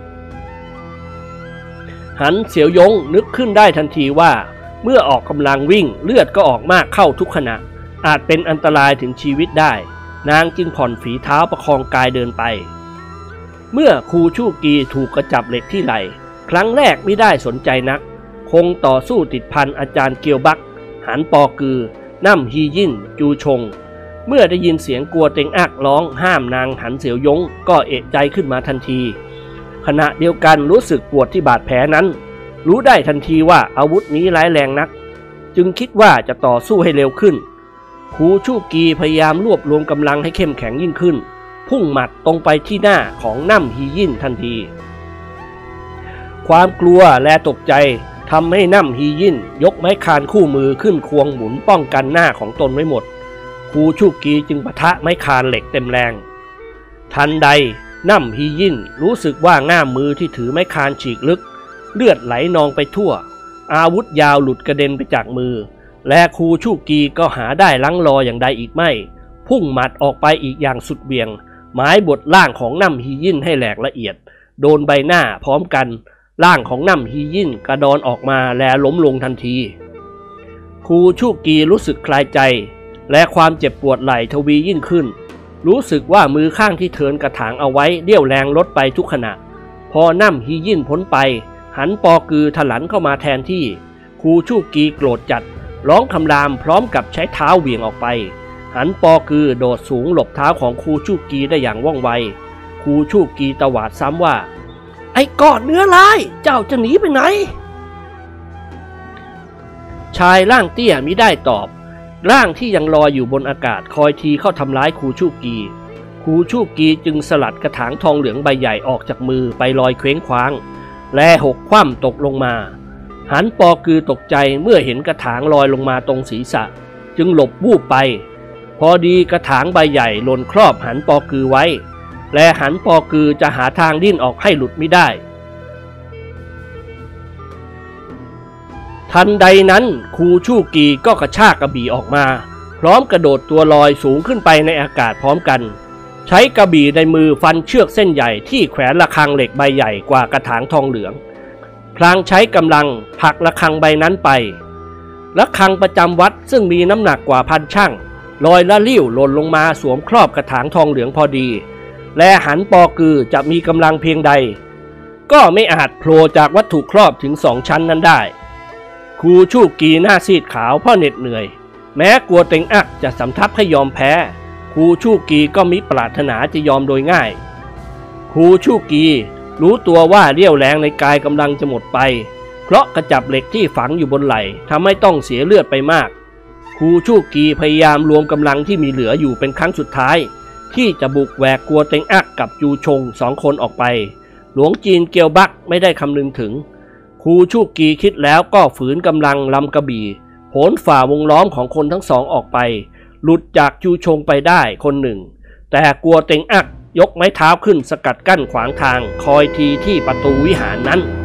หันเสี่ยวยงนึกขึ้นได้ทันทีว่าเมื่อออกกำลังวิ่งเลือดก็ออกมากเข้าทุกขณะอาจเป็นอันตรายถึงชีวิตได้นางจึงผ่อนฝีเท้าประคองกายเดินไปเมื่อครูชูกีถูกกระจับเหล็กที่ไหล่ครั้งแรกไม่ได้สนใจนักคงต่อสู้ติดพันอาจารย์เกียวบักหันปอกือนั่มฮียินจูชงเมื่อได้ยินเสียงกัวเต็งอักร้องห้ามนางหันเสี่ยวยงก็เอะใจขึ้นมาทันทีขณะเดียวกันรู้สึกปวดที่บาดแผลนั้นรู้ได้ทันทีว่าอาวุธนี้ร้ายแรงนักจึงคิดว่าจะต่อสู้ให้เร็วขึ้นครูชูกีพยายามรวบรวมกำลังให้เข้มแข็งยิ่งขึ้นพุ่งหมัดตรงไปที่หน้าของนั่มฮียินทันทีความกลัวและตกใจทำให้นั่มฮียินยกไม้คานคู่มือขึ้นควงหมุนป้องกันหน้าของตนไว้หมดครูชูกีจึงปะทะไม้คานเหล็กเต็มแรงทันใดนั่มฮียินรู้สึกว่าง่ามมือที่ถือไม้คานฉีกลึกเลือดไหลนองไปทั่วอาวุธยาวหลุดกระเด็นไปจากมือและครูชูกีก็หาได้ลังรออย่างใดอีกไม่พุ่งหมัดออกไปอีกอย่างสุดเบี่ยงหมายบทล่างของนั่มฮียินให้แหลกละเอียดโดนใบหน้าพร้อมกันร่างของนั่มฮียินกระดอนออกมาและล้มลงทันทีครูชูกีรู้สึกคลายใจและความเจ็บปวดไหล่ทวียิ่งขึ้นรู้สึกว่ามือข้างที่เทินกระถางเอาไว้เดี่ยวแรงลดไปทุกขณะพอนั่มฮียินพ้นไปหันปอกือถลันเข้ามาแทนที่ครูชูกีโกรธจัดร้องคำรามพร้อมกับใช้เท้าเหวี่ยงออกไปหันปอกือโดดสูงหลบเท้าของครูชูกีได้อย่างว่องไวครูชูกีตวาดซ้ำว่าไอ้ก้อนเนื้อลายเจ้าจะหนีไปไหนชายร่างเตี้ยมิได้ตอบร่างที่ยังลอยอยู่บนอากาศคอยทีเข้าทำร้ายครูชูกีครูชูกีจึงสลัดกระถางทองเหลืองใบใหญ่ออกจากมือไปลอยเคว้งคว้างและหกคว่ำตกลงมาหันปอกือตกใจเมื่อเห็นกระถางลอยลงมาตรงศีรษะจึงหลบวูบไปพอดีกระถางใบใหญ่หล่นครอบหันปอกือไว้และหันปอกือจะหาทางดิ้นออกให้หลุดไม่ได้ทันใดนั้นครูชูกีก็กระชากกระบี่ออกมาพร้อมกระโดดตัวลอยสูงขึ้นไปในอากาศพร้อมกันใช้กระบี่ในมือฟันเชือกเส้นใหญ่ที่แขวนระฆังเหล็กใบใหญ่กว่ากระถางทองเหลืองพลางใช้กำลังผลักระฆังใบนั้นไประฆังประจำวัดซึ่งมีน้ำหนักกว่าพันชั่งลอยละลิ้วหล่นลงมาสวมครอบกระถางทองเหลืองพอดีและหันปอกือจะมีกำลังเพียงใดก็ไม่อาจโผล่จากวัตถุครอบถึงสองชั้นนั้นได้ครูชูกีหน้าซีดขาวเพราะเหน็ดเหนื่อยแม้กลัวเต็งอักจะสำทับให้ยอมแพ้ครูชูกีก็มิปรารถนาจะยอมโดยง่ายครูชูกีรู้ตัวว่าเรี่ยวแรงในกายกำลังจะหมดไปเพราะกระจับเหล็กที่ฝังอยู่บนไหล่ทำให้ต้องเสียเลือดไปมากครูชูกีพยายามรวมกำลังที่มีเหลืออยู่เป็นครั้งสุดท้ายที่จะบุกแหวกกัวเต็งอักกับจูชงสองคนออกไปหลวงจีนเกียวบักไม่ได้คำนึงถึงครูชูกีคิดแล้วก็ฝืนกำลังลำกระบี่โหนฝ่าวงล้อมของคนทั้งสองออกไปหลุดจากจูชงไปได้คนหนึ่งแต่กัวเต็งอักยกไม้เท้าขึ้นสกัดกั้นขวางทางคอยทีที่ประตูวิหารนั้น